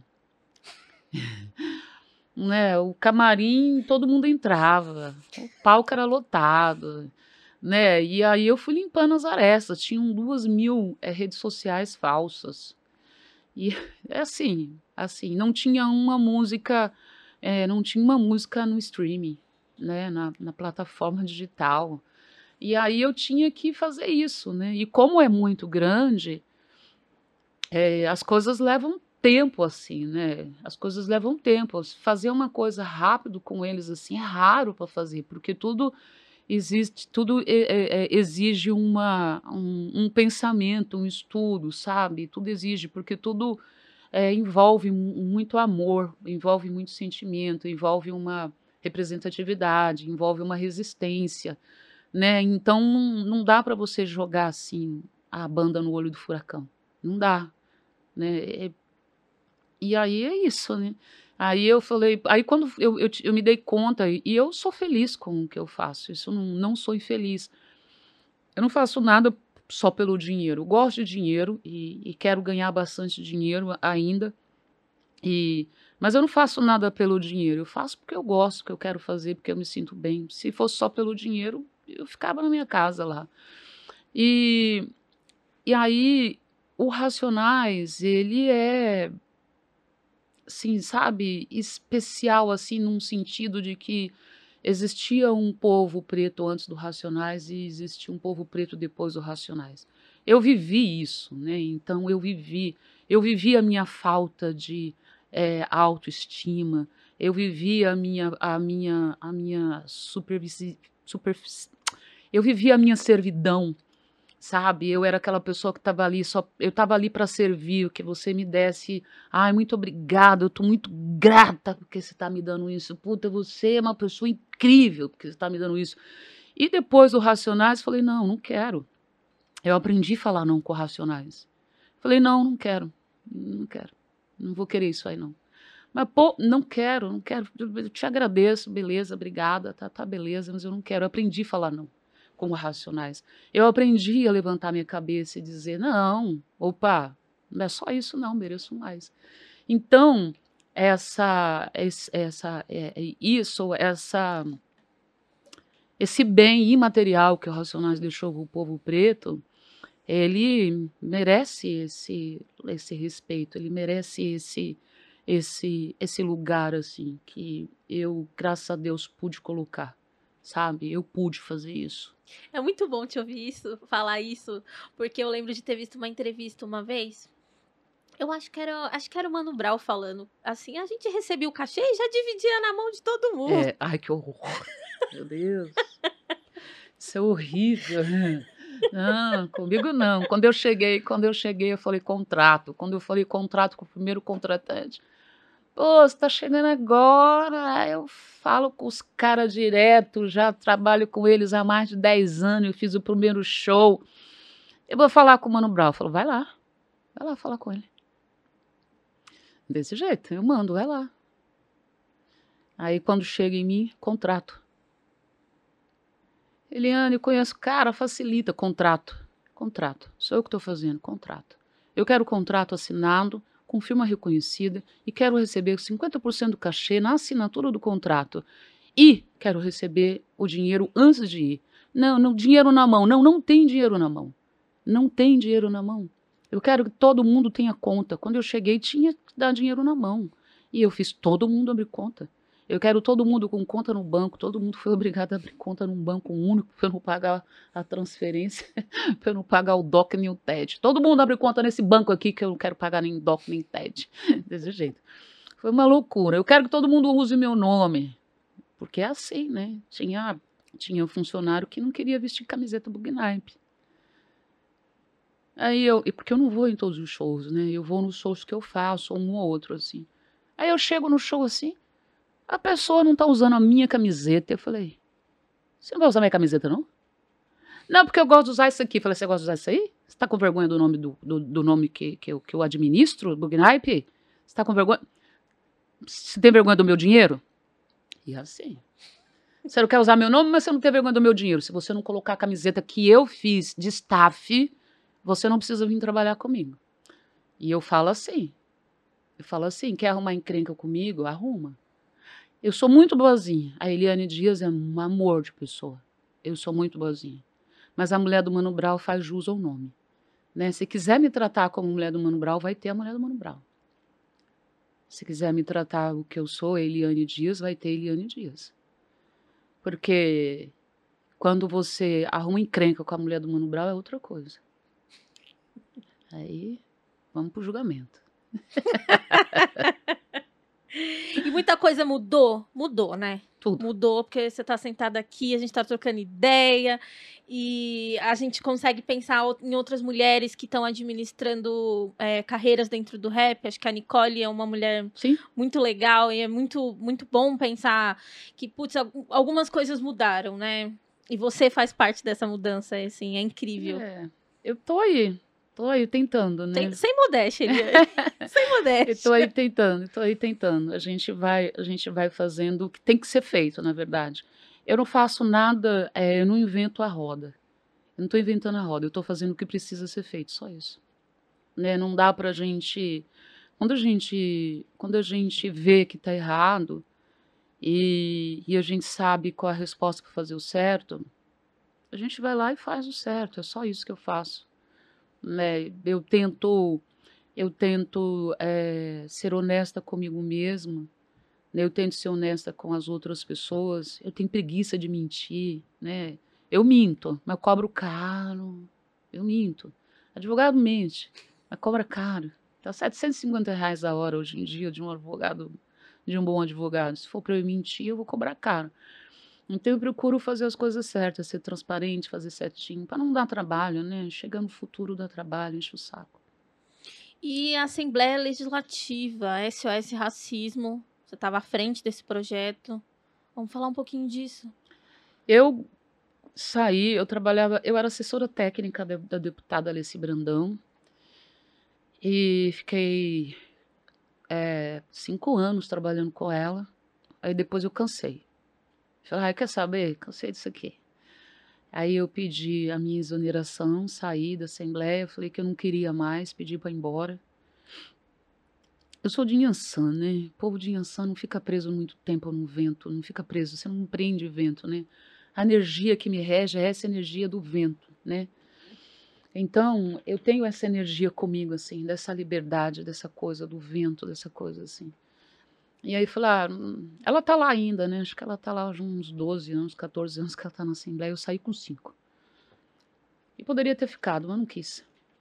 né? O camarim, todo mundo entrava, o palco era lotado, né? E aí eu fui limpando as arestas, tinham 2.000 redes sociais falsas. E é assim, não tinha uma música, não tinha uma música no streaming, né? Na plataforma digital. E aí eu tinha que fazer isso, né? E como é muito grande, as coisas levam tempo, assim, né? As coisas levam tempo. Fazer uma coisa rápido com eles, assim, é raro para fazer, porque tudo existe, tudo exige um pensamento, um estudo, sabe? Tudo exige, porque tudo envolve muito amor, envolve muito sentimento, envolve uma representatividade, envolve uma resistência, né? Então não dá para você jogar assim a banda no olho do furacão, não dá, né? E aí é isso, né? Aí eu falei, aí quando eu me dei conta, e eu sou feliz com o que eu faço, isso não sou infeliz. Eu não faço nada só pelo dinheiro. Eu gosto de dinheiro e quero ganhar bastante dinheiro ainda. Mas eu não faço nada pelo dinheiro. Eu faço porque eu gosto, porque eu quero fazer, porque eu me sinto bem. Se fosse só pelo dinheiro, eu ficava na minha casa lá. E, e aí, o Racionais, ele é, assim, sabe, especial, assim, num sentido de que existia um povo preto antes do Racionais e existia um povo preto depois do Racionais. Eu vivi isso, né? Então eu vivi a minha falta de autoestima, eu vivi a minha eu vivi a minha servidão, sabe? Eu era aquela pessoa que estava ali eu estava ali para servir, que você me desse, ai, muito obrigada, eu estou muito grata porque você está me dando isso. Puta, você é uma pessoa incrível porque você está me dando isso. E depois do Racionais, falei, não, não quero. Eu aprendi a falar não com Racionais. Falei, não, não quero, não quero, não vou querer isso aí não. Mas, pô, não quero, não quero, eu te agradeço, beleza, obrigada, tá beleza, mas eu não quero. Eu aprendi a falar não com Racionais. Eu aprendi a levantar minha cabeça e dizer, não, opa, não é só isso não, mereço mais. Então, esse bem imaterial que o Racionais deixou para o povo preto, ele merece esse respeito, ele merece esse lugar, assim, que eu, graças a Deus, pude colocar, sabe? Eu pude fazer isso. É muito bom te ouvir isso, falar isso, porque eu lembro de ter visto uma entrevista uma vez. Eu acho que era o Mano Brown falando assim, a gente recebia o cachê e já dividia na mão de todo mundo. Ai, que horror. Meu Deus. Isso é horrível. Não, comigo não. Quando eu cheguei, eu falei contrato. Quando eu falei contrato com o primeiro contratante, pô, você tá chegando agora. Eu falo com os caras direto, já trabalho com eles há mais de 10 anos, eu fiz o primeiro show. Eu vou falar com o Mano Brown. Eu falo, vai lá falar com ele. Desse jeito, eu mando, vai lá. Aí quando chega em mim, contrato. Eliane, eu conheço, cara, facilita, contrato. Sou eu que estou fazendo, contrato. Eu quero contrato assinado, com firma reconhecida, e quero receber 50% do cachê na assinatura do contrato. E quero receber o dinheiro antes de ir. Não, dinheiro na mão. Não tem dinheiro na mão. Não tem dinheiro na mão. Eu quero que todo mundo tenha conta. Quando eu cheguei, tinha que dar dinheiro na mão. E eu fiz todo mundo abrir conta. Eu quero todo mundo com conta no banco. Todo mundo foi obrigado a abrir conta num banco único para eu não pagar a transferência, para eu não pagar o DOC nem o TED. Todo mundo abre conta nesse banco aqui que eu não quero pagar nem DOC nem TED. Desse jeito. Foi uma loucura. Eu quero que todo mundo use meu nome. Porque é assim, né? Tinha um funcionário que não queria vestir camiseta Bugnaip. Porque eu não vou em todos os shows, né? Eu vou nos shows que eu faço, um ou outro, assim. Aí eu chego no show, assim, a pessoa não tá usando a minha camiseta. Eu falei, você não vai usar minha camiseta, não? Não, porque eu gosto de usar isso aqui. Eu falei, você gosta de usar isso aí? Você tá com vergonha do nome do nome que eu administro, do Bugnipe? Você tá com vergonha? Você tem vergonha do meu dinheiro? E assim... Você não quer usar meu nome, mas você não tem vergonha do meu dinheiro. Se você não colocar a camiseta que eu fiz de staff, você não precisa vir trabalhar comigo. E eu falo assim. Quer arrumar encrenca comigo? Arruma. Eu sou muito boazinha. A Eliane Dias é um amor de pessoa. Eu sou muito boazinha. Mas a mulher do Mano Brown faz jus ao nome. Né? Se quiser me tratar como mulher do Mano Brown, vai ter a mulher do Mano Brown. Se quiser me tratar o que eu sou, Eliane Dias, vai ter Eliane Dias. Porque quando você arruma encrenca com a mulher do Mano Brown é outra coisa. Aí, vamos pro julgamento. E muita coisa mudou? Mudou, né? Tudo. Mudou, porque você tá sentada aqui, a gente tá trocando ideia, e a gente consegue pensar em outras mulheres que estão administrando carreiras dentro do rap. Acho que a Nicole é uma mulher Sim. muito legal, e é muito, muito bom pensar que, putz, algumas coisas mudaram, né? E você faz parte dessa mudança, assim, é incrível. Eu tô aí tentando, né? Sem modéstia, Eliane. Sem modéstia. Eu tô aí tentando. A gente vai fazendo o que tem que ser feito, na verdade. Eu não faço nada, eu não invento a roda. Eu não tô inventando a roda, eu tô fazendo o que precisa ser feito, só isso. Né? Não dá pra gente... Quando a gente vê que tá errado e a gente sabe qual a resposta para fazer o certo, a gente vai lá e faz o certo. É só isso que eu faço. Né? Eu tento ser honesta comigo mesma, né? Eu tento ser honesta com as outras pessoas. Eu tenho preguiça de mentir, né? Eu minto, mas cobro caro. Eu minto. Advogado mente, mas cobra caro. Tá R$750 a hora hoje em dia de um advogado, de um bom advogado. Se for para eu mentir, eu vou cobrar caro. Então eu procuro fazer as coisas certas, ser transparente, fazer certinho, para não dar trabalho, né? Chegar no futuro dá trabalho, enche o saco. E a Assembleia Legislativa, SOS Racismo, você estava à frente desse projeto. Vamos falar um pouquinho disso. Eu saí, eu era assessora técnica da deputada Alessi Brandão e fiquei 5 anos trabalhando com ela. Aí depois eu cansei. Falei, quer saber? Cansei disso aqui. Aí eu pedi a minha exoneração, saí da Assembleia, falei que eu não queria mais, pedi para ir embora. Eu sou de Inhaçã, né? O povo de Inhaçã não fica preso muito tempo no vento, não fica preso, você não prende vento, né? A energia que me rege é essa energia do vento, né? Então, eu tenho essa energia comigo, assim, dessa liberdade, dessa coisa do vento, dessa coisa, assim. E aí falei, ela tá lá ainda, né? Acho que ela tá lá há uns 12 anos, 14 anos que ela tá na Assembleia. Eu saí com 5. E poderia ter ficado, mas não quis.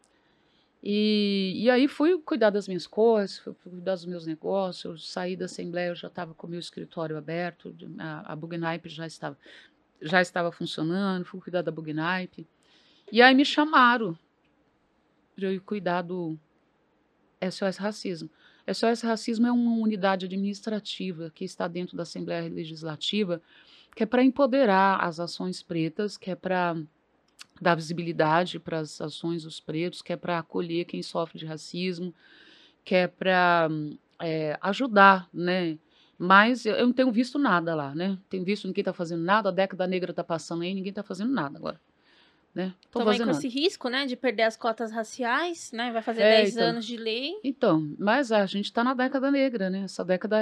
E aí fui cuidar das minhas coisas, fui cuidar dos meus negócios. Eu saí da Assembleia, eu já estava com o meu escritório aberto, a Bugnipe já estava funcionando, fui cuidar da Bugnipe. E aí me chamaram para eu cuidar do SOS Racismo. SOS Racismo é uma unidade administrativa que está dentro da Assembleia Legislativa, que é para empoderar as ações pretas, que é para dar visibilidade para as ações dos pretos, que é para acolher quem sofre de racismo, que é para ajudar, né? Mas eu não tenho visto nada lá, né? Tenho visto ninguém está fazendo nada, a década negra está passando aí, ninguém está fazendo nada agora. Né? Também com esse risco, né, de perder as cotas raciais, né? Vai fazer 10 anos de lei. Então, mas a gente está na década negra, né? Essa década,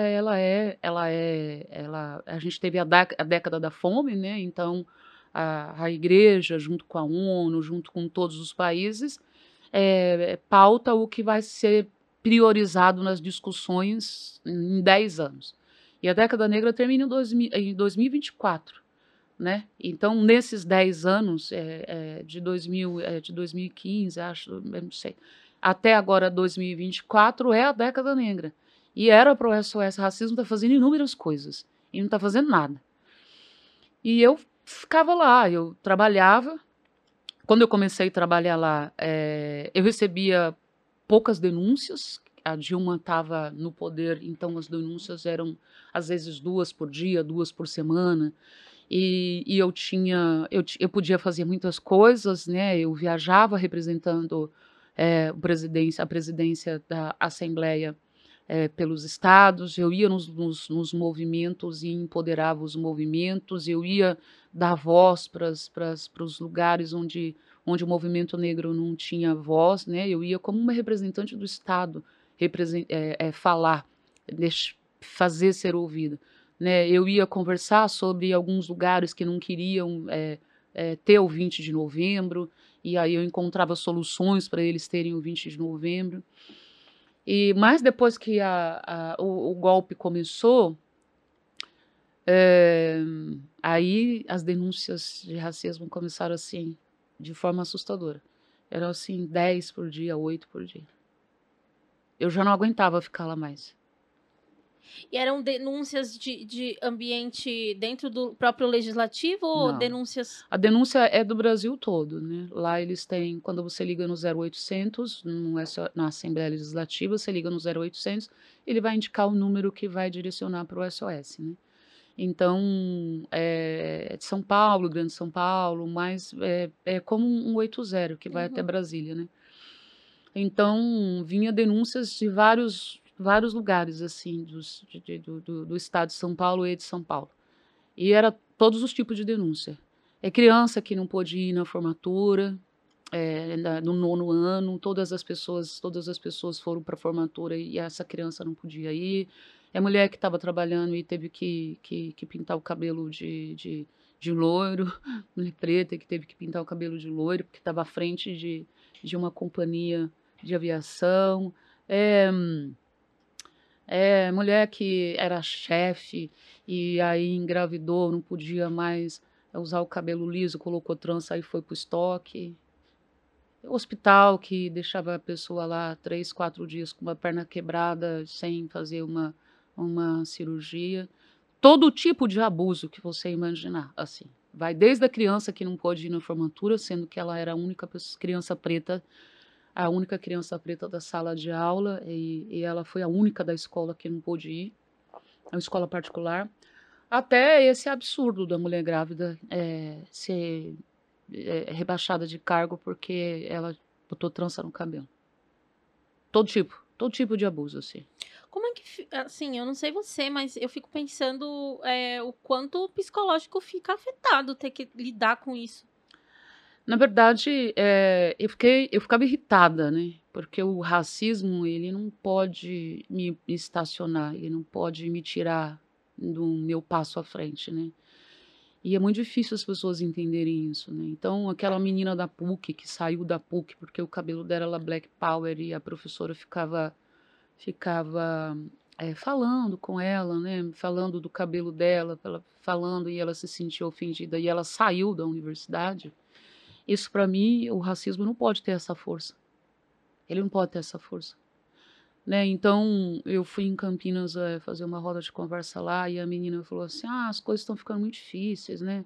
a gente teve a década da fome, né? Então, a igreja, junto com a ONU, junto com todos os países, pauta o que vai ser priorizado nas discussões em 10 anos. E a década negra termina em 2024. Né? Então, nesses 10 anos, de 2015, acho, não sei, até agora 2024, é a década negra. E era para o SOS Racismo estar fazendo inúmeras coisas, e não está fazendo nada. E eu ficava lá, eu trabalhava, Quando eu comecei a trabalhar lá, eu recebia poucas denúncias. A Dilma estava no poder, então as denúncias eram, às vezes, 2 por dia, 2 por semana. E eu podia fazer muitas coisas, né? Eu viajava representando a presidência da Assembleia pelos estados, eu ia nos movimentos e empoderava os movimentos, eu ia dar voz para os lugares onde o movimento negro não tinha voz, né? Eu ia como uma representante do Estado falar, fazer ser ouvida. Né? Eu ia conversar sobre alguns lugares que não queriam ter o 20 de novembro, e aí eu encontrava soluções para eles terem o 20 de novembro. Mas depois que o golpe começou, aí as denúncias de racismo começaram assim, de forma assustadora. Eram assim, 10 por dia, 8 por dia. Eu já não aguentava ficar lá mais. E eram denúncias de ambiente dentro do próprio legislativo ou Não. denúncias... A denúncia é do Brasil todo, né? Lá eles têm, quando você liga no 0800, não é só na Assembleia Legislativa, você liga no 0800, ele vai indicar o número que vai direcionar para o SOS, né? Então, de São Paulo, Grande São Paulo, mas é como um 80 que vai até Brasília, né? Então, vinha denúncias de vários lugares, assim, do estado de São Paulo e de São Paulo. E era todos os tipos de denúncia. É criança que não pôde ir na formatura, no 9º ano, todas as pessoas foram para a formatura e essa criança não podia ir. É mulher que estava trabalhando e teve que pintar o cabelo de loiro, mulher preta que teve que pintar o cabelo de loiro porque estava à frente de uma companhia de aviação. Mulher que era chefe e aí engravidou, não podia mais usar o cabelo liso, colocou trança e foi pro estoque. Hospital que deixava a pessoa lá 3, 4 dias com uma perna quebrada sem fazer uma cirurgia. Todo tipo de abuso que você imaginar, assim. Vai desde a criança que não pôde ir na formatura, sendo que ela era a única criança preta da sala de aula e ela foi a única da escola que não pôde ir, é uma escola particular, até esse absurdo da mulher grávida ser rebaixada de cargo porque ela botou trança no cabelo. Todo tipo de abuso, assim. Como é que, assim, eu não sei você, mas eu fico pensando o quanto o psicológico fica afetado ter que lidar com isso. Na verdade, eu ficava irritada, né? Porque o racismo, ele não pode me estacionar, ele não pode me tirar do meu passo à frente, né? E é muito difícil as pessoas entenderem isso, né? Então, aquela menina da PUC que saiu da PUC porque o cabelo dela era Black Power e a professora ficava falando com ela, né? Falando do cabelo dela, falando e ela se sentiu ofendida e ela saiu da universidade. Isso para mim, o racismo não pode ter essa força. Ele não pode ter essa força. Né? Então, eu fui em Campinas fazer uma roda de conversa lá e a menina falou assim, as coisas estão ficando muito difíceis, né?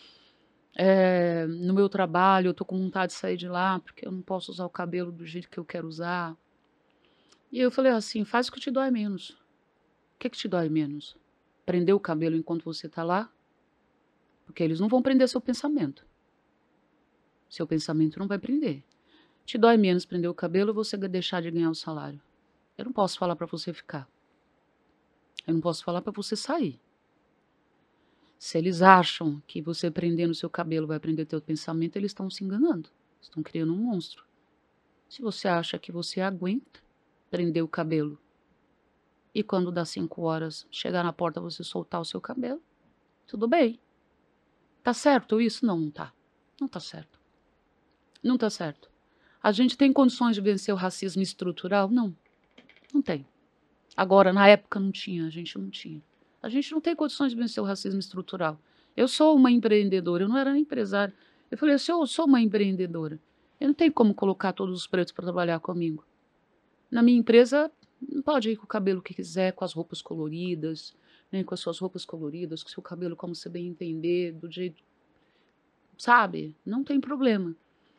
No meu trabalho, eu tô com vontade de sair de lá porque eu não posso usar o cabelo do jeito que eu quero usar. E eu falei assim, faz o que te dói menos. O que te dói menos? Prender o cabelo enquanto você tá lá? Porque eles não vão prender seu pensamento. Seu pensamento não vai prender. Te dói menos prender o cabelo ou você deixar de ganhar o salário? Eu não posso falar para você ficar. Eu não posso falar para você sair. Se eles acham que você prendendo o seu cabelo vai prender teu pensamento, eles estão se enganando. Estão criando um monstro. Se você acha que você aguenta prender o cabelo e quando dá 5 horas chegar na porta você soltar o seu cabelo, tudo bem. Tá certo isso? Não, não tá. Não tá certo. Não tá certo. A gente tem condições de vencer o racismo estrutural? Não. Não tem. Agora, na época não tinha, a gente não tinha. A gente não tem condições de vencer o racismo estrutural. Eu sou uma empreendedora, eu não era nem empresária. Eu falei assim, eu sou uma empreendedora. Eu não tenho como colocar todos os pretos para trabalhar comigo. Na minha empresa, não pode ir com o cabelo que quiser, com as roupas coloridas, né, com as suas roupas coloridas, com o seu cabelo como você bem entender, do jeito... Sabe? Não tem problema.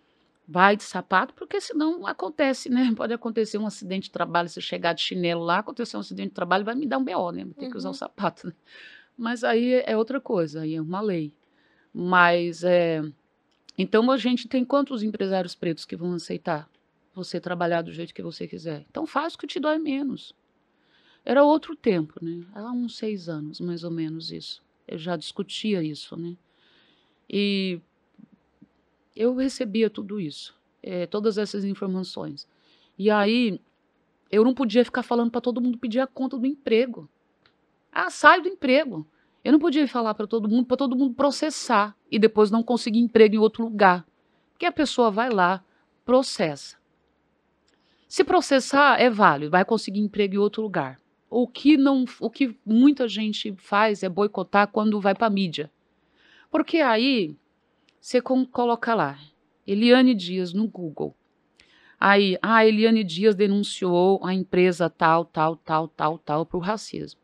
vai de sapato, porque senão acontece, né? Pode acontecer um acidente de trabalho, você chegar de chinelo lá, acontecer um acidente de trabalho, vai me dar um BO, né? Vou ter que usar o sapato, né? Mas aí é outra coisa, aí é uma lei. Mas, então a gente tem quantos empresários pretos que vão aceitar você trabalhar do jeito que você quiser? Então faz o que te dói menos. Era outro tempo, né? Há uns 6 anos, mais ou menos isso. Eu já discutia isso, né? E eu recebia tudo isso, todas essas informações. E aí eu não podia ficar falando para todo mundo pedir a conta do emprego. Ah, sai do emprego. Eu não podia falar para todo mundo processar e depois não conseguir emprego em outro lugar. Porque a pessoa vai lá, processa. Se processar, é válido, vai conseguir emprego em outro lugar. O que muita gente faz é boicotar quando vai para a mídia. Porque aí você coloca lá, Eliane Dias no Google. Aí, Eliane Dias denunciou a empresa tal por racismo.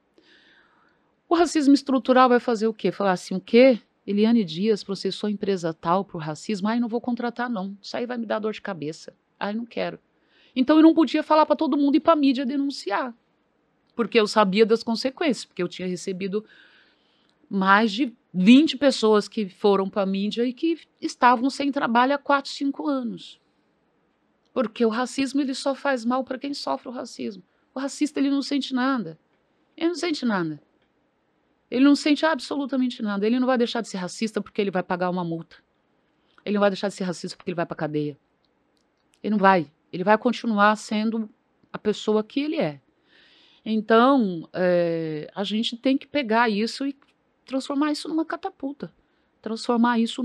O racismo estrutural vai fazer o quê? Falar assim, o quê? Eliane Dias processou a empresa tal por racismo? Ai, não vou contratar não, isso aí vai me dar dor de cabeça. Ai, não quero. Então eu não podia falar para todo mundo ir para a mídia denunciar, porque eu sabia das consequências, porque eu tinha recebido mais de 20 pessoas que foram para a mídia e que estavam sem trabalho há 4, 5 anos. Porque o racismo ele só faz mal para quem sofre o racismo. O racista ele não sente nada. Ele não sente nada. Ele não sente absolutamente nada. Ele não vai deixar de ser racista porque ele vai pagar uma multa. Ele não vai deixar de ser racista porque ele vai para a cadeia. Ele não vai. Ele vai continuar sendo a pessoa que ele é. Então, a gente tem que pegar isso e transformar isso numa catapulta. Transformar isso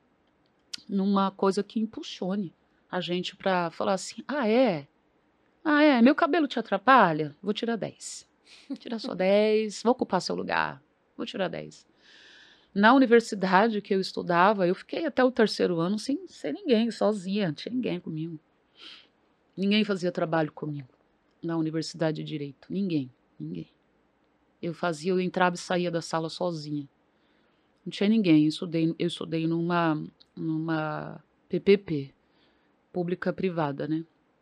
numa coisa que impulsione a gente para falar assim, meu cabelo te atrapalha? Vou tirar 10. Tirar só 10, vou ocupar seu lugar, vou tirar 10. Na universidade que eu estudava, eu fiquei até o 3º ano sem ser ninguém, sozinha, não tinha ninguém comigo. Ninguém fazia trabalho comigo na universidade de Direito, ninguém. Eu entrava e saía da sala sozinha. Não tinha ninguém, eu estudei numa PPP, pública privada, né?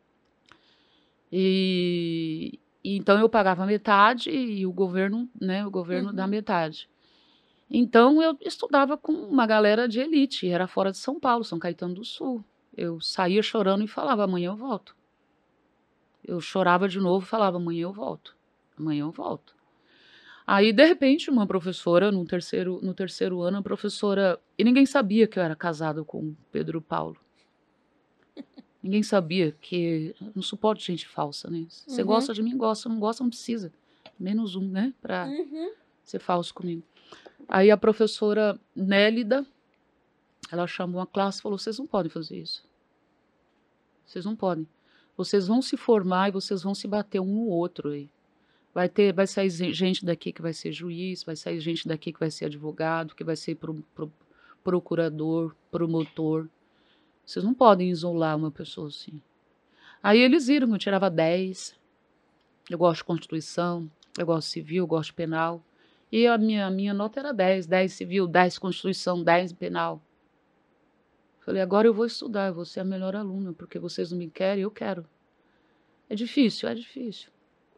E então eu pagava metade e o governo dá metade. Então eu estudava com uma galera de elite, era fora de São Paulo, São Caetano do Sul. Eu saía chorando e falava, amanhã eu volto. Eu chorava de novo e falava, amanhã eu volto. Amanhã eu volto. Aí, de repente, uma professora, no terceiro ano, a professora... E ninguém sabia que eu era casado com Pedro Paulo. Ninguém sabia que... Não suporto gente falsa, né? Se você gosta de mim, gosta. Não gosta, não precisa. Menos um, né? Pra ser falso comigo. Aí a professora Nélida, ela chamou a classe e falou, vocês não podem fazer isso. Vocês não podem. Vocês vão se formar e vocês vão se bater um no outro aí. Vai sair gente daqui que vai ser juiz, vai sair gente daqui que vai ser advogado, que vai ser procurador, promotor. Vocês não podem isolar uma pessoa assim. Aí eles viram que eu tirava 10. Eu gosto de Constituição, eu gosto de civil, eu gosto de penal. E a minha nota era 10. 10 civil, 10 Constituição, 10 penal. Falei, agora eu vou estudar, eu vou ser a melhor aluna, porque vocês não me querem, eu quero. É difícil, é difícil.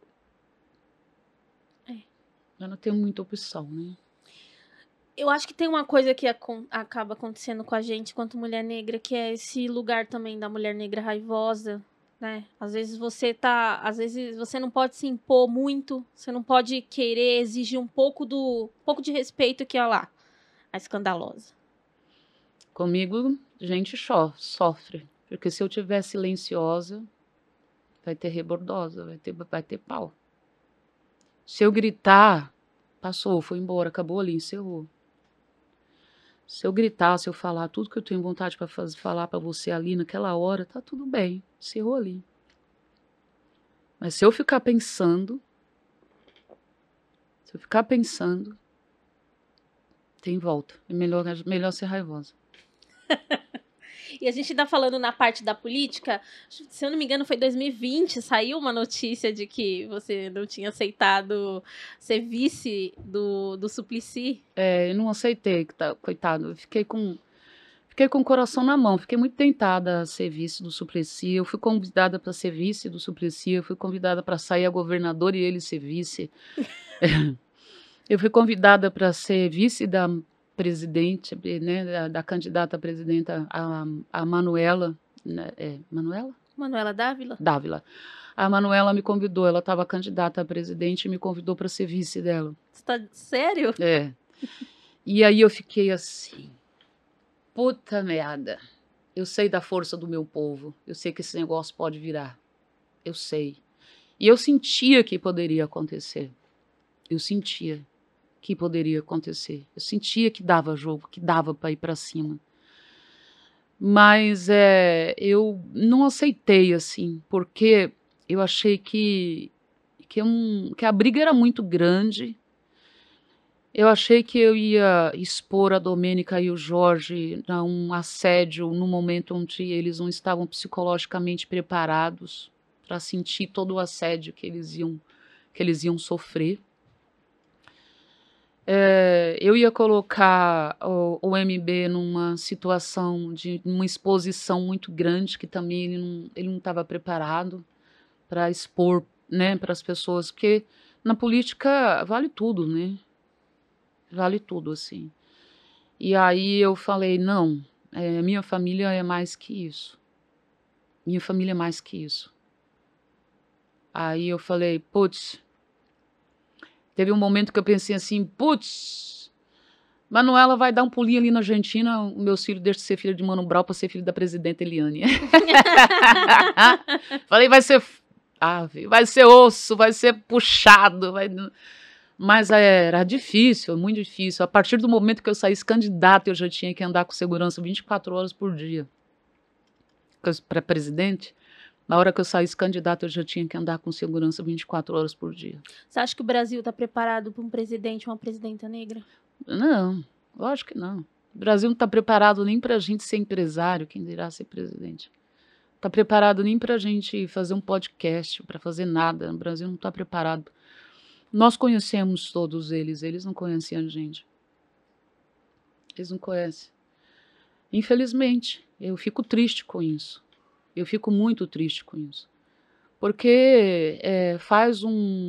Eu não tenho muita opção, né? Eu acho que tem uma coisa que acaba acontecendo com a gente quanto mulher negra, que é esse lugar também da mulher negra raivosa, né? Às vezes você não pode se impor muito, você não pode querer exigir um pouco de respeito que, ó lá, a escandalosa. Comigo, gente sofre. Porque se eu tiver silenciosa, vai ter rebordosa, vai ter pau. Se eu gritar, passou, foi embora, acabou ali, encerrou. Se eu gritar, se eu falar tudo que eu tenho vontade para falar para você ali naquela hora, tá tudo bem, encerrou ali. Mas se eu ficar pensando, tem volta. É melhor ser raivosa. E a gente tá falando na parte da política, se eu não me engano foi 2020, saiu uma notícia de que você não tinha aceitado ser vice do Suplicy. Eu não aceitei, coitado, eu fiquei fiquei com o coração na mão, fiquei muito tentada a ser vice do Suplicy. Eu fui convidada para ser vice do Suplicy, eu fui convidada para sair a governadora e ele ser vice. Eu fui convidada para ser vice da presidente, né, da candidata a presidenta, a Manuela, né, Manuela? Manuela Dávila? Dávila. A Manuela me convidou, ela estava candidata a presidente e me convidou para ser vice dela. Você tá sério? É. E aí eu fiquei assim, puta merda. Eu sei da força do meu povo, eu sei que esse negócio pode virar. Eu sei. E eu sentia que poderia acontecer. Eu sentia que poderia acontecer. Eu sentia que dava jogo, que dava para ir para cima. Mas eu não aceitei assim, porque eu achei que a briga era muito grande. Eu achei que eu ia expor a Domênica e o Jorge a um assédio no momento onde eles não estavam psicologicamente preparados para sentir todo o assédio que eles iam sofrer. Eu ia colocar o MB numa situação de uma exposição muito grande, que também ele não estava preparado para expor, né, para as pessoas, porque na política vale tudo, né? Vale tudo, assim. E aí eu falei, não, minha família é mais que isso. Minha família é mais que isso. Aí eu falei, putz, teve um momento que eu pensei assim, putz, Manuela vai dar um pulinho ali na Argentina, o meu filho deixa de ser filho de Mano Brown para ser filho da presidenta Eliane. Falei, vai ser osso, vai ser puxado, Mas era difícil, muito difícil. A partir do momento que eu saísse candidata, eu já tinha que andar com segurança 24 horas por dia. Para presidente, na hora que eu saísse candidata, eu já tinha que andar com segurança 24 horas por dia. Você acha que o Brasil está preparado para um presidente ou uma presidenta negra? Não, lógico que não. O Brasil não está preparado nem para a gente ser empresário, quem dirá ser presidente. Não está preparado nem para a gente fazer um podcast, para fazer nada. O Brasil não está preparado. Nós conhecemos todos eles não conhecem a gente. Eles não conhecem. Infelizmente, eu fico triste com isso. Eu fico muito triste com isso. Porque faz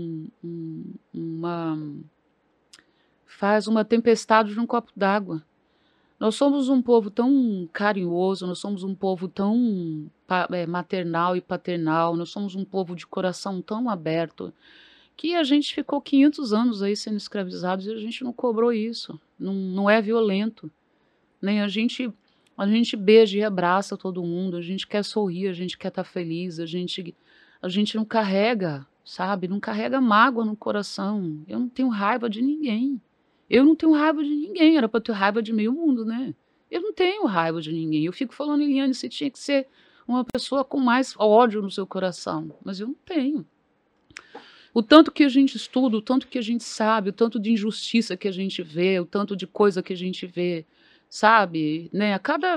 uma tempestade num copo d'água. Nós somos um povo tão carinhoso, nós somos um povo tão maternal e paternal, nós somos um povo de coração tão aberto, que a gente ficou 500 anos aí sendo escravizados e a gente não cobrou isso. Não é violento. Nem a gente beija e abraça todo mundo, a gente quer sorrir, a gente quer estar feliz, a gente não carrega, sabe? Não carrega mágoa no coração. Eu não tenho raiva de ninguém. Eu não tenho raiva de ninguém, era para ter raiva de meio mundo, né? Eu não tenho raiva de ninguém. Eu fico falando, Eliane, você tinha que ser uma pessoa com mais ódio no seu coração, mas eu não tenho. O tanto que a gente estuda, o tanto que a gente sabe, o tanto de injustiça que a gente vê, o tanto de coisa que a gente vê, sabe? Né? A cada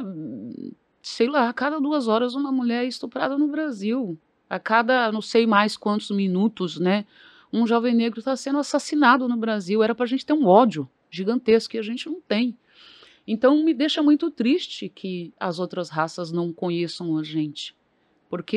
2 horas uma mulher é estuprada no Brasil. A cada não sei mais quantos minutos, né? Um jovem negro está sendo assassinado no Brasil. Era para a gente ter um ódio gigantesco que a gente não tem. Então me deixa muito triste que as outras raças não conheçam a gente. Porque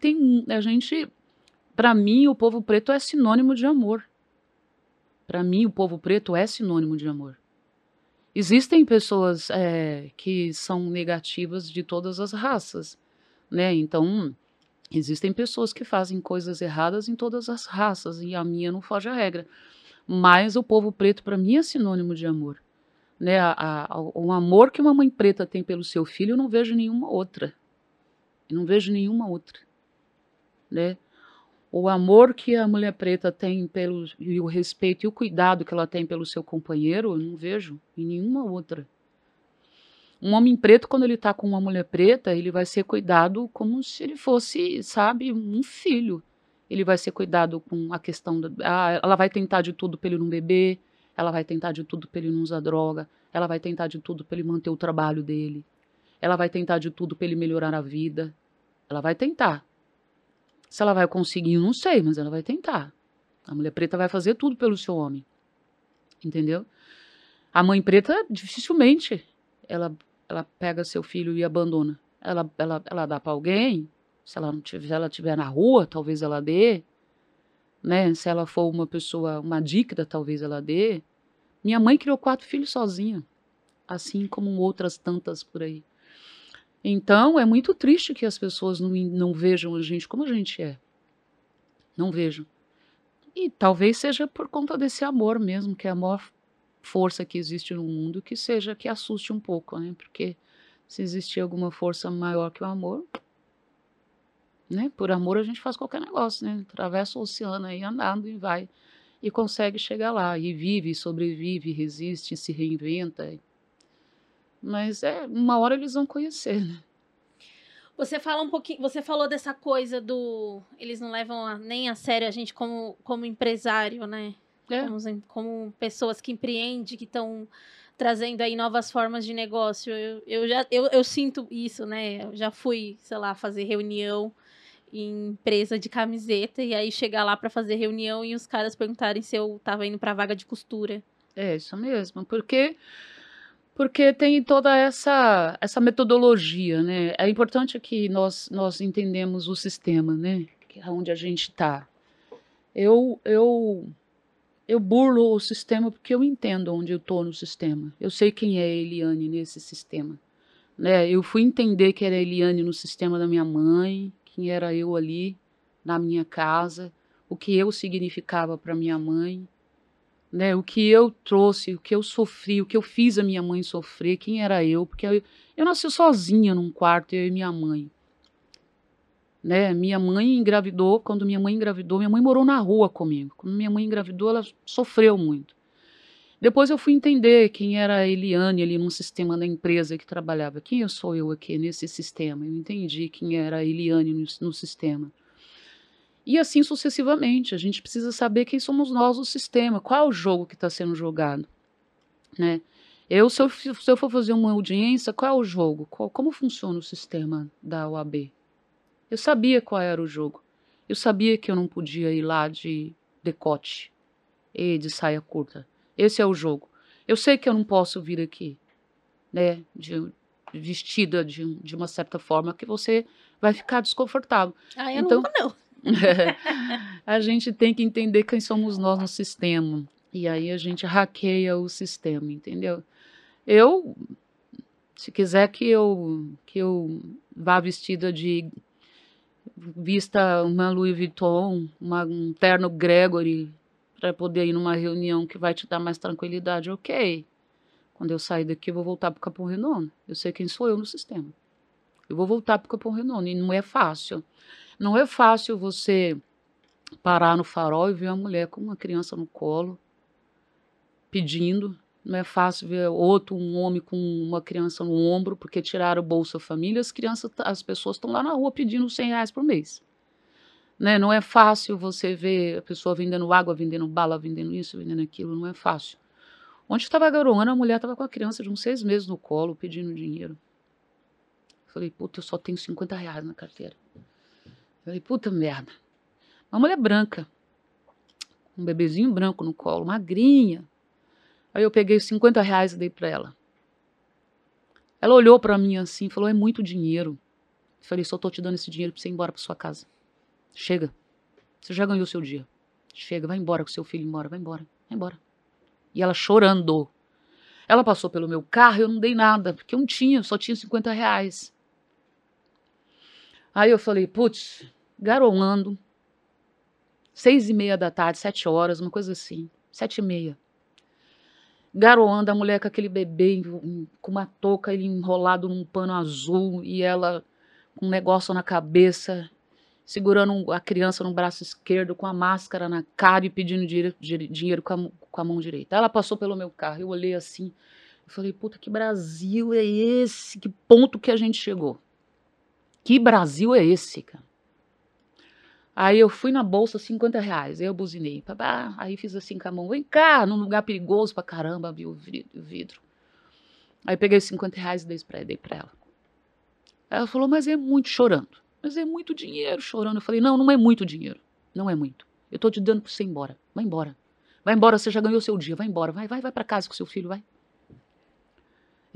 para mim, o povo preto é sinônimo de amor. Para mim, o povo preto é sinônimo de amor. Existem pessoas que são negativas de todas as raças, né? Então, existem pessoas que fazem coisas erradas em todas as raças, e a minha não foge à regra. Mas o povo preto, para mim, é sinônimo de amor. Né? O amor que uma mãe preta tem pelo seu filho, eu não vejo nenhuma outra. Eu não vejo nenhuma outra. Né? O amor que a mulher preta tem e o respeito e o cuidado que ela tem pelo seu companheiro, eu não vejo em nenhuma outra. Um homem preto, quando ele está com uma mulher preta, ele vai ser cuidado como se ele fosse, sabe, um filho. Ele vai ser cuidado com a questão ela vai tentar de tudo para ele não beber, ela vai tentar de tudo para ele não usar droga, ela vai tentar de tudo para ele manter o trabalho dele, ela vai tentar de tudo para ele melhorar a vida, ela vai tentar. Se ela vai conseguir, eu não sei, mas ela vai tentar. A mulher preta vai fazer tudo pelo seu homem. Entendeu? A mãe preta, dificilmente, ela ela pega seu filho e abandona. Ela dá para alguém, se ela estiver na rua, talvez ela dê, né? Se ela for uma pessoa, uma dívida, talvez ela dê. Minha mãe criou 4 filhos sozinha, assim como outras tantas por aí. Então, é muito triste que as pessoas não vejam a gente como a gente é. Não vejam. E talvez seja por conta desse amor mesmo, que é a maior força que existe no mundo, que seja que assuste um pouco, né? Porque se existir alguma força maior que o amor, né? Por amor a gente faz qualquer negócio, né? Atravessa o oceano aí andando e vai e consegue chegar lá e vive, sobrevive, resiste, se reinventa. Mas uma hora eles vão conhecer, né? Você fala um pouquinho, você falou dessa coisa do eles não levam nem a sério a gente como empresário, né? Como pessoas que empreendem, que estão trazendo aí novas formas de negócio. Eu sinto isso, né? Eu já fui, sei lá, fazer reunião em empresa de camiseta e aí chegar lá para fazer reunião e os caras perguntarem se eu tava indo para vaga de costura. É isso mesmo, porque tem toda essa metodologia, né? É importante que nós entendemos o sistema, né? Que é onde a gente está. Eu burlo o sistema porque eu entendo onde eu estou no sistema. Eu sei quem é a Eliane nesse sistema, né? Eu fui entender que era a Eliane no sistema da minha mãe, quem era eu ali na minha casa, o que eu significava para minha mãe, né, o que eu trouxe, o que eu sofri, o que eu fiz a minha mãe sofrer, quem era eu, porque eu nasci sozinha num quarto, eu e minha mãe. Né? Minha mãe engravidou, quando minha mãe engravidou, minha mãe morou na rua comigo. Quando minha mãe engravidou, ela sofreu muito. Depois eu fui entender quem era a Eliane ali num sistema da empresa que trabalhava. Quem eu sou eu aqui nesse sistema? Eu entendi quem era a Eliane no sistema. E assim sucessivamente, a gente precisa saber quem somos nós no sistema, qual é o jogo que está sendo jogado, né? Se eu for fazer uma audiência, qual é o jogo? Como funciona o sistema da OAB? Eu sabia qual era o jogo. Eu sabia que eu não podia ir lá de decote e de saia curta. Esse é o jogo. Eu sei que eu não posso vir aqui, né, vestida de uma certa forma que você vai ficar desconfortável. Eu então, não vou, não. A gente tem que entender quem somos nós no sistema. E aí a gente hackeia o sistema, entendeu? Se quiser que eu vá vestida vista uma Louis Vuitton, um terno Gregory, para poder ir numa reunião que vai te dar mais tranquilidade, ok. Quando eu sair daqui, eu vou voltar para o Capão Redondo. Eu sei quem sou eu no sistema. Eu vou voltar para o Capão Redondo e não é fácil. Não é fácil você parar no farol e ver uma mulher com uma criança no colo, pedindo. Não é fácil ver um homem com uma criança no ombro, porque tiraram o Bolsa Família, as pessoas estão lá na rua pedindo R$100 por mês. Né? Não é fácil você ver a pessoa vendendo água, vendendo bala, vendendo isso, vendendo aquilo, não é fácil. Onde estava garoando, a mulher estava com a criança de uns 6 meses no colo, pedindo dinheiro. Falei, puta, eu só tenho R$50 na carteira. Falei, puta merda. Uma mulher branca, um bebezinho branco no colo, magrinha. Aí eu peguei R$50 e dei para ela. Ela olhou para mim assim e falou, é muito dinheiro. Eu falei, só tô te dando esse dinheiro para você ir embora para sua casa. Chega. Você já ganhou o seu dia. Chega, vai embora com seu filho embora, vai embora, vai embora. E ela chorando. Ela passou pelo meu carro e eu não dei nada, porque eu não tinha, só tinha R$50. Aí eu falei, putz, garoando, 6:30 da tarde, 7 horas, uma coisa assim, 7:30. Garoando, a mulher com aquele bebê com uma touca ele enrolado num pano azul e ela com um negócio na cabeça, segurando a criança no braço esquerdo, com a máscara na cara e pedindo dinheiro com a mão direita. Ela passou pelo meu carro, eu olhei assim, eu falei, puta, que Brasil é esse? Que ponto que a gente chegou? Que Brasil é esse, cara? Aí eu fui na bolsa, R$50. Aí eu buzinei. Aí fiz assim com a mão. Vem cá, num lugar perigoso pra caramba, viu o vidro. Aí peguei os R$50 e dei pra ela. Ela falou, mas é muito, chorando. Mas é muito dinheiro, chorando. Eu falei, não, não é muito dinheiro. Não é muito. Eu tô te dando pra você ir embora. Vai embora. Vai embora, você já ganhou seu dia. Vai embora. Vai pra casa com seu filho, vai.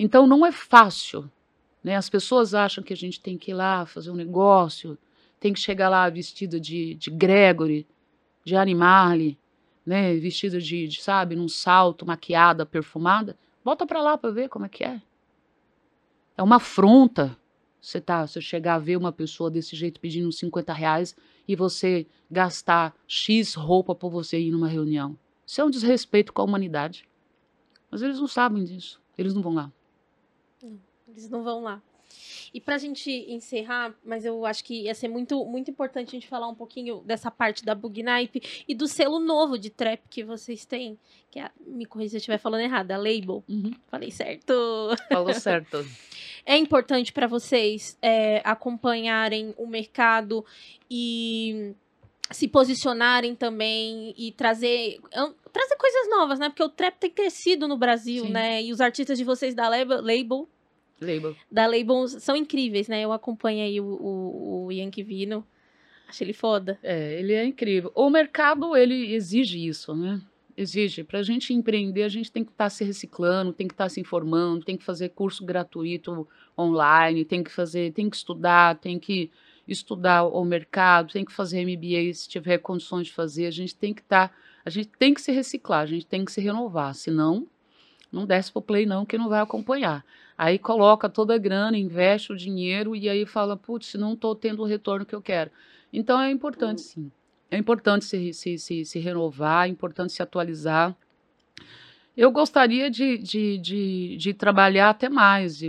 Então não é fácil, né? As pessoas acham que a gente tem que ir lá fazer um negócio, tem que chegar lá vestida de Gregory, de Animale, né? Vestida sabe, num salto, maquiada, perfumada. Volta para lá para ver como é que é. É uma afronta você chegar a ver uma pessoa desse jeito pedindo R$ 50 e você gastar X roupa para você ir numa reunião. Isso é um desrespeito com a humanidade. Mas eles não sabem disso. Eles não vão lá. Eles não vão lá. E pra gente encerrar, mas eu acho que ia ser muito, muito importante a gente falar um pouquinho dessa parte da Bugnipe e do selo novo de trap que vocês têm. Que é, me corrija se eu estiver falando errado, a Label. Falei certo. Falou certo. É importante para vocês acompanharem o mercado e se posicionarem também e trazer coisas novas, né? Porque o trap tem crescido no Brasil, Sim. né? E os artistas de vocês da Label são incríveis, né? Eu acompanho aí o Yankee Vino. Acho ele foda. Ele é incrível. O mercado, ele exige isso, né? Exige. Para a gente empreender, a gente tem que estar se reciclando, tem que estar se informando, tem que fazer curso gratuito online, tem que estudar, tem que estudar o mercado, tem que fazer MBA se tiver condições de fazer. A gente tem que se reciclar, a gente tem que se renovar, senão não desce pro play não, que não vai acompanhar. Aí coloca toda a grana, investe o dinheiro e aí fala, putz, não estou tendo o retorno que eu quero. Então é importante, sim. É importante se renovar, é importante se atualizar. Eu gostaria de trabalhar até mais,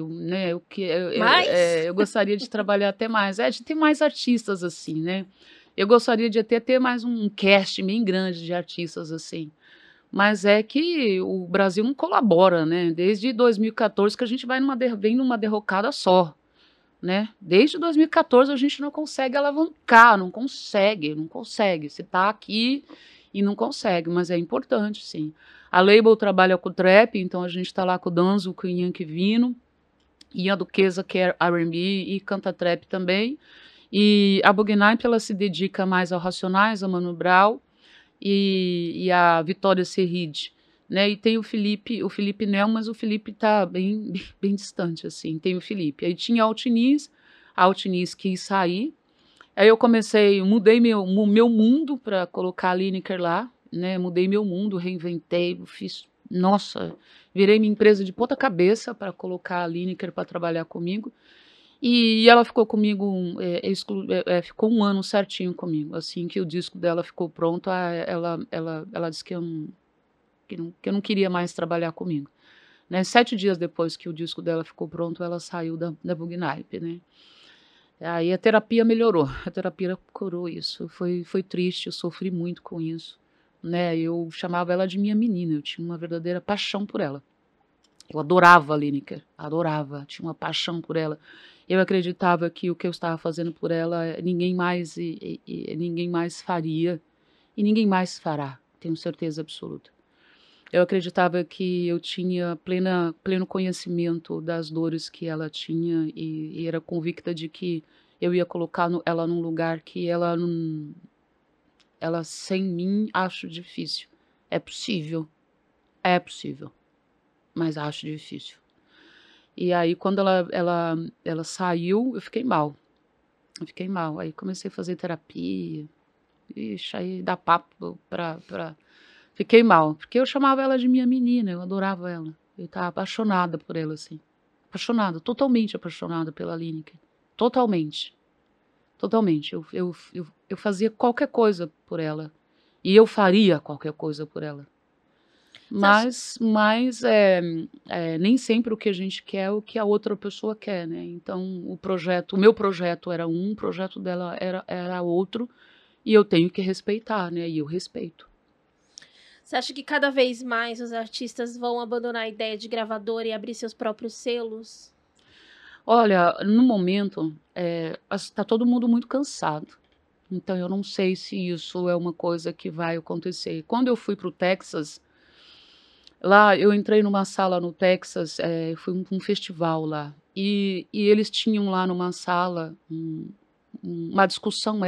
eu gostaria de trabalhar até mais, de ter mais artistas assim, né? Eu gostaria de ter mais um cast bem grande de artistas assim. Mas é que o Brasil não colabora, né? Desde 2014 que a gente vem numa derrocada só, né? Desde 2014 a gente não consegue alavancar, não consegue. Você tá aqui e não consegue, mas é importante, sim. A Label trabalha com trap, então a gente tá lá com o Danzo, com o Yankee Vino, e a Duquesa, que é R&B e canta trap também. E a Bugnipe, ela se dedica mais ao Racionais, a Mano Brown, e a Vitória Serride, né? E tem o Felipe Nel, mas o Felipe tá bem distante, assim. Tem o Felipe. Aí tinha a Altiniz quis sair. Aí eu mudei meu mundo para colocar a Lineker lá, né? Mudei meu mundo, reinventei, virei minha empresa de ponta cabeça para colocar a Lineker para trabalhar comigo. E ela ficou comigo, ficou um ano certinho comigo. Assim que o disco dela ficou pronto, ela disse que eu não queria mais trabalhar comigo. Né? 7 dias depois que o disco dela ficou pronto, ela saiu da Bugnipe, né? Aí a terapia melhorou, a terapia curou isso. Foi triste, eu sofri muito com isso. Né? Eu chamava ela de minha menina, eu tinha uma verdadeira paixão por ela. Eu adorava a Lineker, adorava, tinha uma paixão por ela. Eu acreditava que o que eu estava fazendo por ela, ninguém mais faria e ninguém mais fará, tenho certeza absoluta. Eu acreditava que eu tinha pleno conhecimento das dores que ela tinha e era convicta de que eu ia colocar ela num lugar que ela sem mim acho difícil. É possível, mas acho difícil. E aí, quando ela saiu, eu fiquei mal. Aí comecei a fazer terapia. Ixi, aí dá papo pra... Fiquei mal, porque eu chamava ela de minha menina, eu adorava ela. Eu estava apaixonada por ela, assim. Apaixonada, totalmente apaixonada pela Lineker. Totalmente. Eu fazia qualquer coisa por ela. E eu faria qualquer coisa por ela. Mas nem sempre o que a gente quer é o que a outra pessoa quer, né? Então, o meu projeto era o projeto dela era outro, e eu tenho que respeitar, né? E eu respeito. Você acha que cada vez mais os artistas vão abandonar a ideia de gravadora e abrir seus próprios selos? Olha, no momento, está todo mundo muito cansado. Então, eu não sei se isso é uma coisa que vai acontecer. Quando eu fui para o Texas, lá, eu entrei numa sala no Texas, foi um festival lá, e eles tinham lá numa sala, uma discussão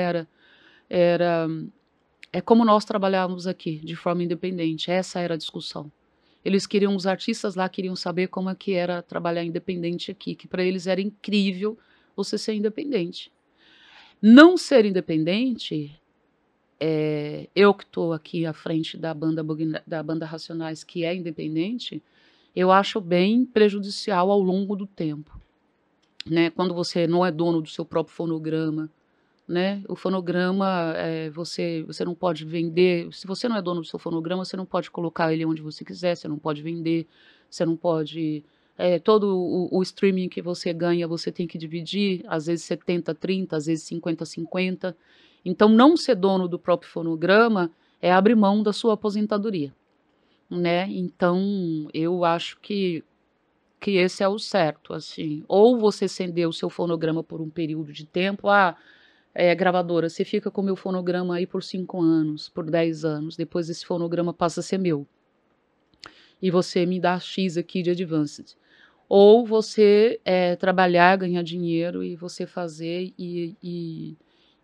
é como nós trabalhávamos aqui, de forma independente, essa era a discussão. Os artistas lá queriam saber como é que era trabalhar independente aqui, que para eles era incrível você ser independente. Não ser independente, eu que estou aqui à frente da banda Racionais, que é independente, eu acho bem prejudicial ao longo do tempo, né? Quando você não é dono do seu próprio fonograma, né? O fonograma, você não pode vender. Se você não é dono do seu fonograma, você não pode colocar ele onde você quiser, você não pode vender, você não pode. Todo o streaming que você ganha, você tem que dividir, às vezes 70-30, às vezes 50-50. Então, não ser dono do próprio fonograma é abrir mão da sua aposentadoria, né? Então, eu acho que esse é o certo, assim. Ou você ceder o seu fonograma por um período de tempo, gravadora, você fica com o meu fonograma aí por 5 anos, por 10 anos, depois esse fonograma passa a ser meu. E você me dá X aqui de advanced. Ou você trabalhar, ganhar dinheiro e você fazer e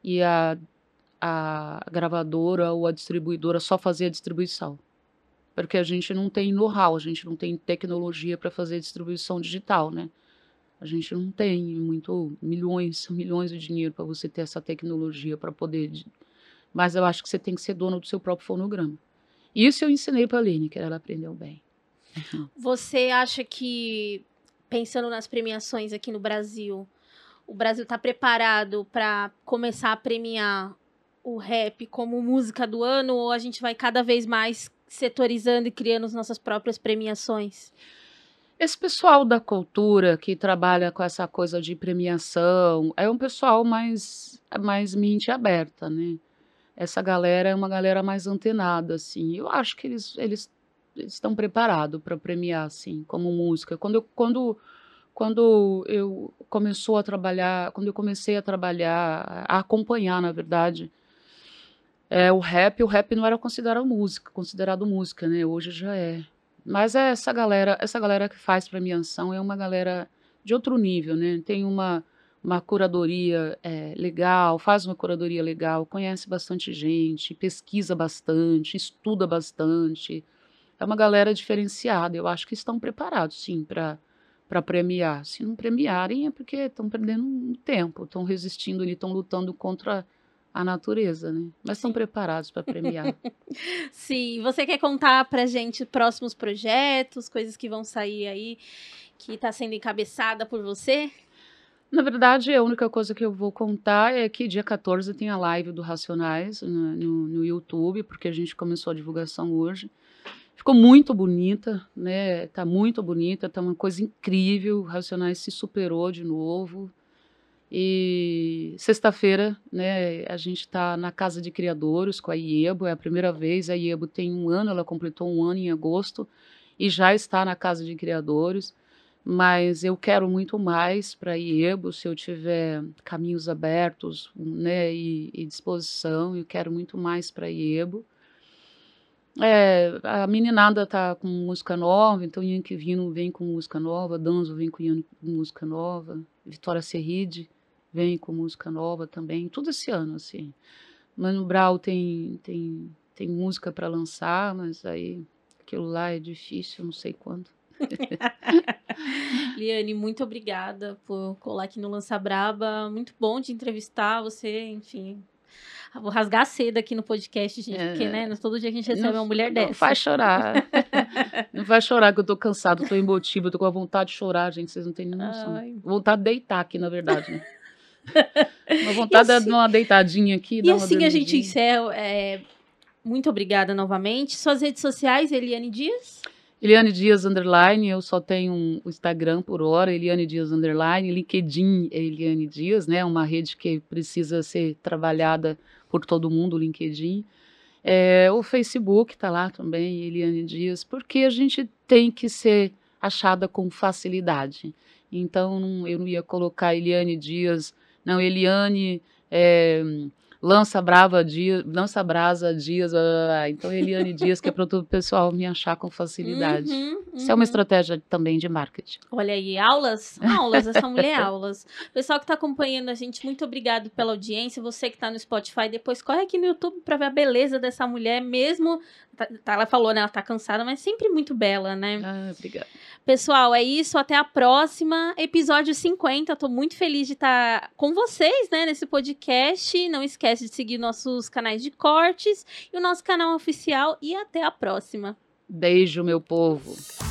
a gravadora ou a distribuidora só fazer a distribuição. Porque a gente não tem know-how, a gente não tem tecnologia para fazer distribuição digital, né? A gente não tem milhões de dinheiro para você ter essa tecnologia para poder. Mas eu acho que você tem que ser dono do seu próprio fonograma. Isso eu ensinei para a Aline, que ela aprendeu bem. Você acha que, pensando nas premiações aqui no Brasil, o Brasil está preparado para começar a premiar o rap como música do ano, ou a gente vai cada vez mais setorizando e criando as nossas próprias premiações? Esse pessoal da cultura que trabalha com essa coisa de premiação é um pessoal mais mente aberta, né? Essa galera é uma galera mais antenada, assim. Eu acho que eles estão preparados para premiar, assim, como música. Quando eu comecei a trabalhar, a acompanhar, na verdade, o rap não era considerado música, né? Hoje já é. Mas essa galera que faz premiação é uma galera de outro nível, né? Tem uma curadoria legal, faz uma curadoria legal, conhece bastante gente, pesquisa bastante, estuda bastante. É uma galera diferenciada. Eu acho que estão preparados, sim, para premiar. Se não premiarem é porque estão perdendo tempo, estão resistindo ali, estão lutando contra a natureza, né? Mas estão preparados para premiar. Sim, você quer contar pra gente próximos projetos, coisas que vão sair aí, que tá sendo encabeçada por você? Na verdade, a única coisa que eu vou contar é que dia 14 tem a live do Racionais no YouTube, porque a gente começou a divulgação hoje. Ficou muito bonita, né? Tá muito bonita, tá uma coisa incrível. O Racionais se superou de novo. E sexta-feira, né, a gente está na Casa de Criadores com a IEBO, é a primeira vez, a IEBO tem 1 ano, ela completou 1 ano em agosto e já está na Casa de Criadores, mas eu quero muito mais para a IEBO, se eu tiver caminhos abertos, né, e disposição, eu quero muito mais para a IEBO. A meninada tá com música nova, então Yankee Vino vem com música nova, Danzo vem com música nova, Vitória Serride vem com música nova também, tudo esse ano, assim. Mano Brown tem música para lançar, mas aí aquilo lá é difícil, não sei quando. Liane, muito obrigada por colar aqui no Lança Braba. Muito bom te entrevistar. Você, enfim. Vou rasgar a seda aqui no podcast, gente, porque, né, todo dia que a gente recebe uma mulher dessa. Não vai chorar. Não vai chorar, que eu tô cansado, tô emotiva, tô com a vontade de chorar, gente, vocês não têm nem noção. Ai. Vontade de deitar aqui, na verdade, né? Uma vontade de dar uma deitadinha aqui. E assim a gente encerra. Muito obrigada novamente. Suas redes sociais, Eliane Dias? Eliane Dias _, eu só tenho o Instagram por hora, Eliane Dias _, LinkedIn é Eliane Dias, né? Uma rede que precisa ser trabalhada por todo mundo, o LinkedIn. O Facebook tá lá também, Eliane Dias, porque a gente tem que ser achada com facilidade. Então, eu não ia colocar Eliane Dias, não, Eliane Lança Brasa Dias, então Eliane Dias, que é para todo o pessoal me achar com facilidade. Isso é uma estratégia também de marketing. Olha aí, aulas, essa mulher aulas. Pessoal que está acompanhando a gente, muito obrigado pela audiência. Você que está no Spotify, depois corre aqui no YouTube para ver a beleza dessa mulher, mesmo Ela falou, né? Ela tá cansada, mas sempre muito bela, né? Ah, obrigada. Pessoal, é isso. Até a próxima. Episódio 50. Eu tô muito feliz de estar com vocês, né? Nesse podcast. Não esquece de seguir nossos canais de cortes e o nosso canal oficial. E até a próxima. Beijo, meu povo.